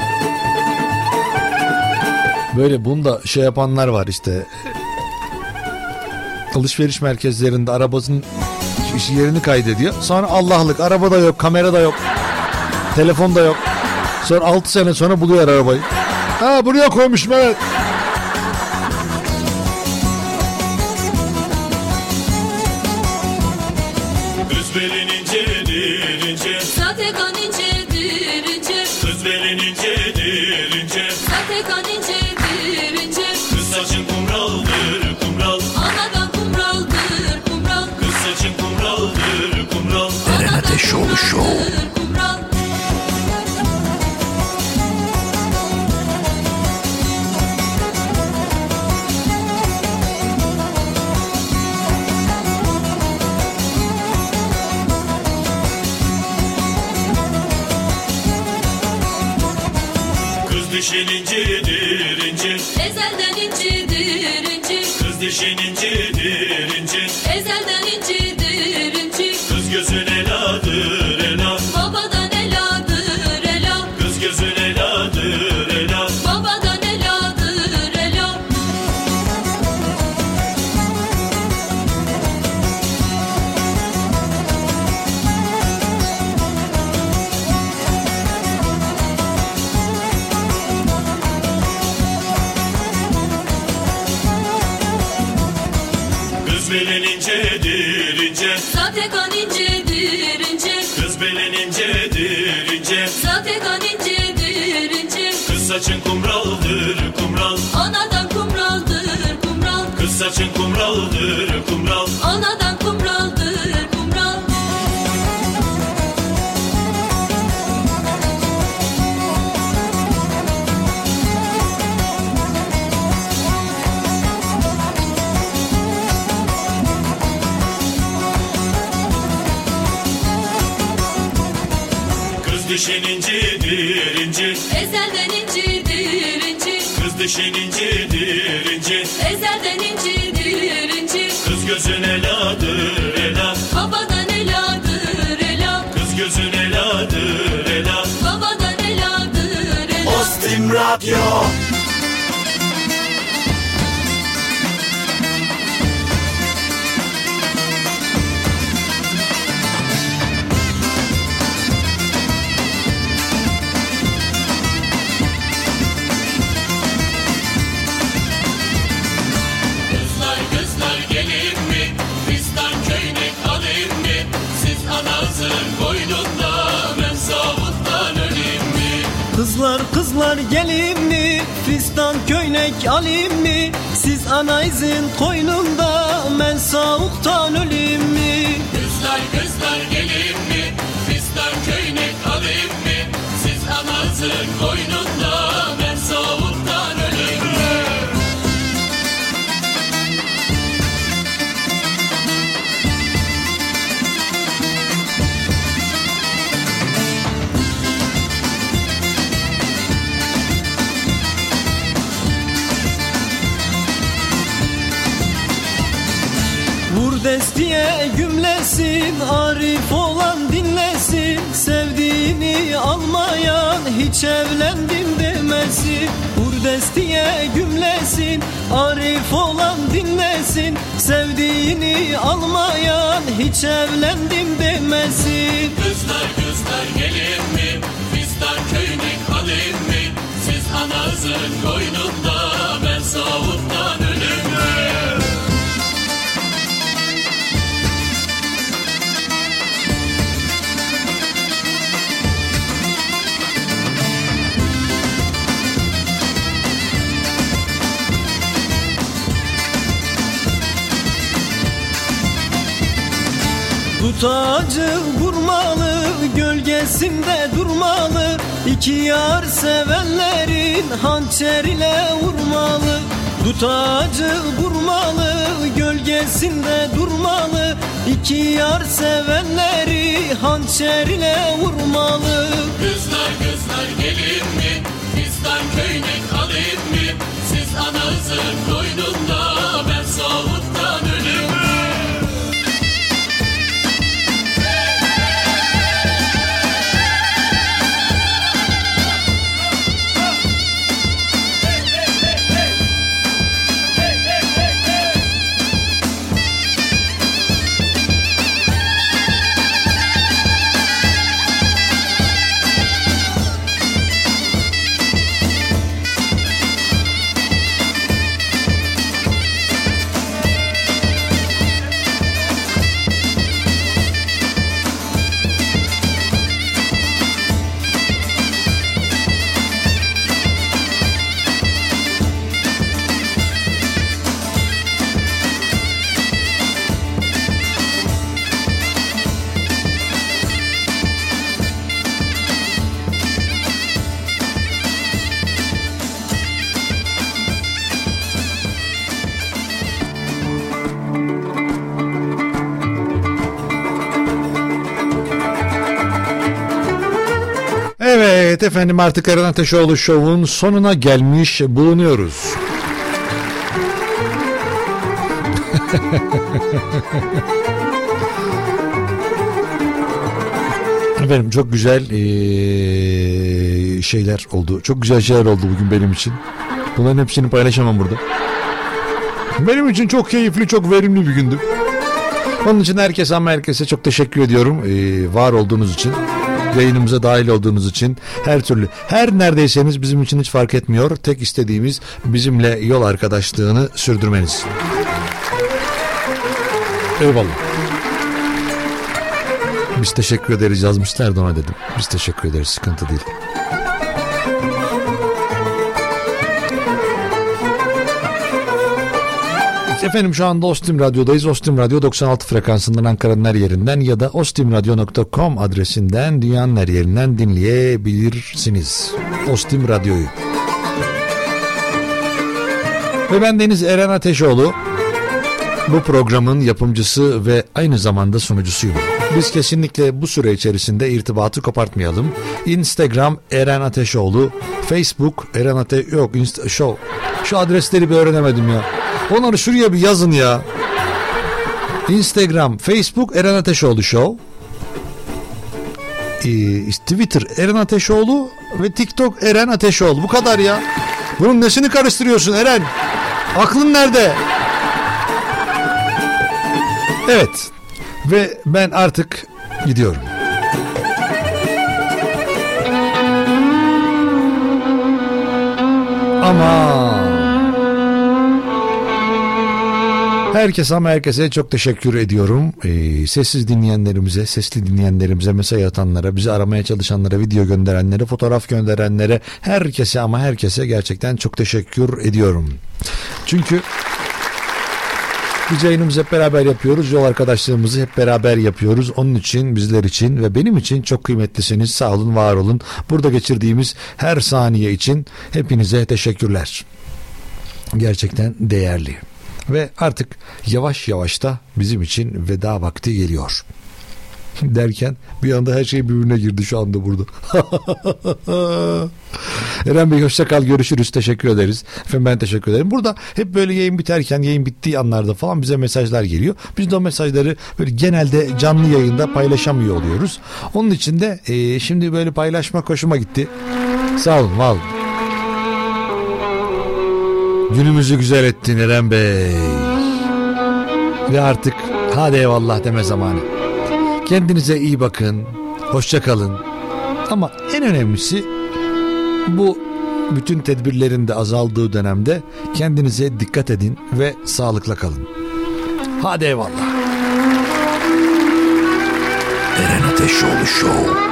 Böyle bunu da şey yapanlar var işte. Alışveriş merkezlerinde arabasının yerini kaydediyor. Sonra Allah'lık arabada yok, kamerada yok, telefonda yok. Sonra 6 sene sonra buluyor arabayı. Ha, buraya koymuşum, evet. Kız belin incedir ince, satekan incedir ince. Kız belin incedir ince, satekan incedir ince. Kız saçın kumraldır kumral, anadan kumraldır kumral. Kız saçın kumraldır kumral, Eren Ateşoğlu Show. dişin incidir inci, ezelden incidir inci. Kız dişin incidir inci, ezelden incidir inci. Kız gözün eladır ela, babadan eladır ela. Kız gözün eladır ela, babadan eladır ela. Kız belin incedir ince, satekan incedir ince. Kız belin incedir ince, satekan incedir ince. saçın kumraldır kumral. Anadan kumraldır kumral. Kız saçın kumraldır kumral. Anadan kumraldır kumral. Kız dişin incidir inci. Ezelden incidir inci. Kız dişin incidir inci. Ezelden incidir inci. Kız gözün eladır ela. Babadan eladır ela. Kız gözün eladır ela. Babadan eladır ela. Ostim Radyo. Kızlar kızlar gelin mi? Fistan köynek alayım mı? Siz anasının koynunda, ben savuttan öleyim mi? Kızlar kızlar gelin mi? Fistan köynek alayım mı? Siz anayızın koynunda, ben soğuktan öleyim mi? Kızlar kızlar gelin mi? Fistan köynek alayım mı? Siz anasının koynunda, ben savuttan öleyim mi? Vur destiye gümlesin, arif olan dinlesin. Sevdiğini almayan hiç evlendim demesin. Vur destiye gümlesin, arif olan dinlesin. Sevdiğini almayan hiç evlendim demesin. Kızlar kızlar gelin mi? Fistan köynek alayım mı? Siz anasının koynunda, ben savuttan öleyim mi? Tut ağacı vurmalı, gölgesinde durmalı. İki yar sevenlerin hançer ile vurmalı. Tut ağacı vurmalı, gölgesinde durmalı. İki yar sevenleri hançer ile vurmalı. Kızlar kızlar gelin mi? Fistan köynek alayım mı? Siz anasının koynunda, ben soğuktan öleyim mi? Evet efendim, artık Eren Ateşoğlu Show'un sonuna gelmiş bulunuyoruz. Efendim çok güzel şeyler oldu. Çok güzel şeyler oldu bugün benim için. Bunların hepsini paylaşamam burada. Benim için çok keyifli, çok verimli bir gündü. Onun için herkese çok teşekkür ediyorum. Var olduğunuz için, yayınımıza dahil olduğunuz için, her türlü, her neredeyseniz bizim için hiç fark etmiyor. Tek istediğimiz bizimle yol arkadaşlığını sürdürmeniz. Eyvallah. Biz teşekkür ederiz yazmışlardı, ona dedim. Biz teşekkür ederiz, sıkıntı değil. Efendim şu anda Ostim Radyo'dayız. Ostim Radyo 96 frekansından Ankara'nın her yerinden ya da ostimradyo.com adresinden dünyanın her yerinden dinleyebilirsiniz. Ostim Radyo'yu. Ve ben Deniz Eren Ateşoğlu. Bu programın yapımcısı ve aynı zamanda sunucusuyum. Biz kesinlikle bu süre içerisinde irtibatı kopartmayalım. Instagram Eren Ateşoğlu, Facebook Eren Ateşoğlu, yok Show. Şu adresleri bir öğrenemedim ya. Onları şuraya bir yazın ya. Instagram, Facebook Eren Ateşoğlu Show. Twitter Eren Ateşoğlu ve TikTok Eren Ateşoğlu. Bu kadar ya. Bunun nesini karıştırıyorsun Eren? Aklın nerede? Evet. Ve ben artık gidiyorum. Ama herkese çok teşekkür ediyorum. Sessiz dinleyenlerimize, sesli dinleyenlerimize, mesaj atanlara, bizi aramaya çalışanlara, video gönderenlere, fotoğraf gönderenlere, herkese gerçekten çok teşekkür ediyorum. Çünkü biz yayınımızı hep beraber yapıyoruz. Yol arkadaşlığımızı hep beraber yapıyoruz. Onun için, bizler için ve benim için çok kıymetlisiniz. Sağ olun, var olun. Burada geçirdiğimiz her saniye için hepinize teşekkürler. Gerçekten değerli. Ve artık yavaş yavaş da bizim için veda vakti geliyor. Derken bir anda her şey birbirine girdi şu anda burada. Eren Bey hoşça kal, görüşürüz, teşekkür ederiz. Efendim ben teşekkür ederim. Burada hep böyle yayın biterken, yayın bittiği anlarda falan bize mesajlar geliyor. Biz de o mesajları böyle genelde canlı yayında paylaşamıyor oluyoruz. Onun için de şimdi böyle paylaşmak hoşuma gitti. Sağ olun, var olun. Günümüzü güzel ettin Eren Bey. Ve artık hadi eyvallah deme zamanı. Kendinize iyi bakın. Hoşça kalın. Ama en önemlisi bu bütün tedbirlerin de azaldığı dönemde kendinize dikkat edin ve sağlıkla kalın. Hadi eyvallah. Eren Ateşoğlu Show.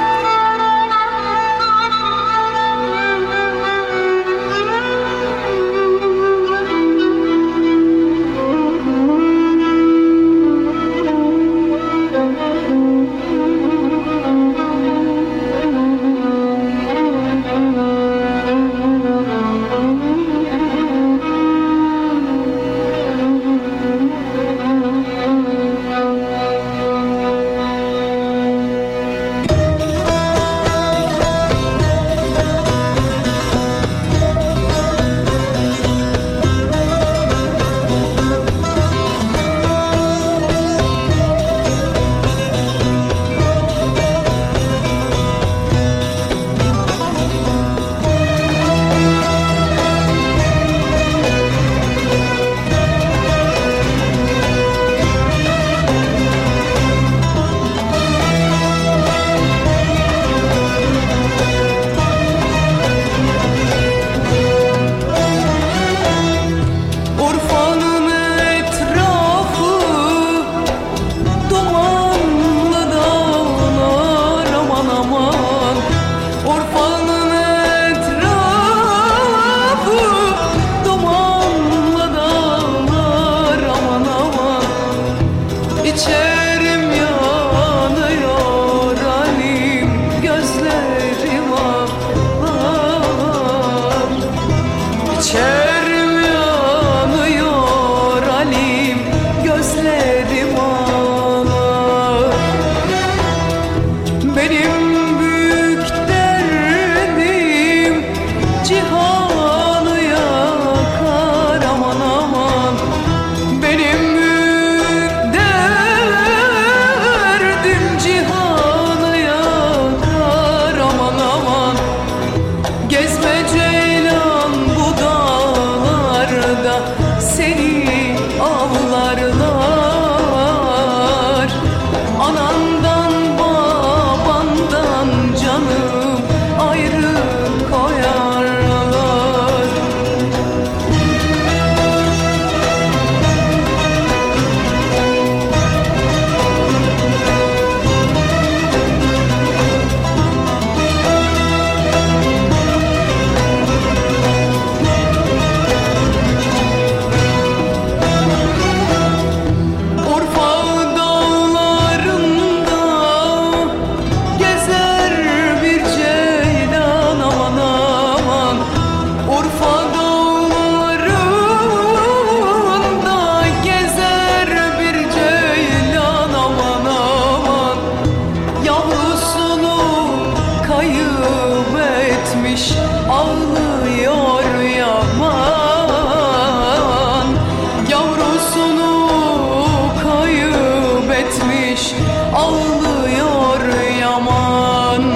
ağlıyor yaman.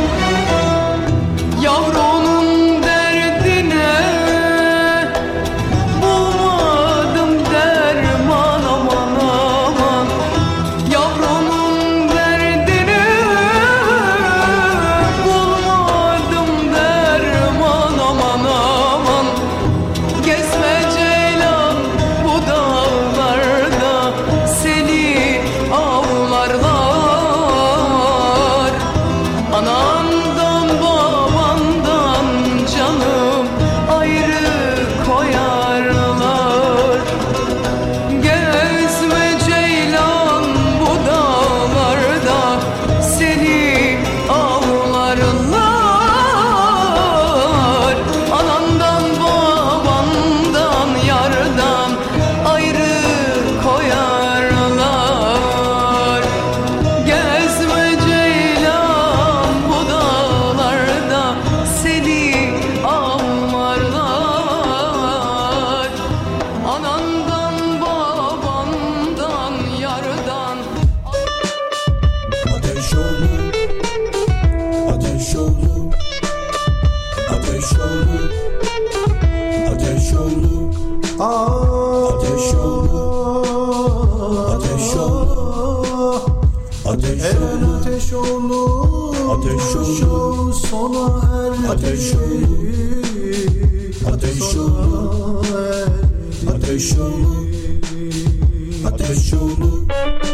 Yavrunun derdine bulmadım derman aman aman. Yavrunun derdine bulmadım derman aman aman. Gezme ceylan bu dağlarda, seni avlarlar. Anandan babandan canım ayrı koyarlar. Gezme ceylan bu dağlarda, seni avlarlar. Anandan babandan yardan ayrı koyarlar. Gezme ceylan bu dağlarda, seni avlarlar. Anandan babandan yardan. Ateş olur, ateş olur, ateş olur, ateş olur, ateş olur, ateş olur, ateş olur, ateş olur, ateş olur, sona ateş olur, ateş olur, ateş olur, ateş olur.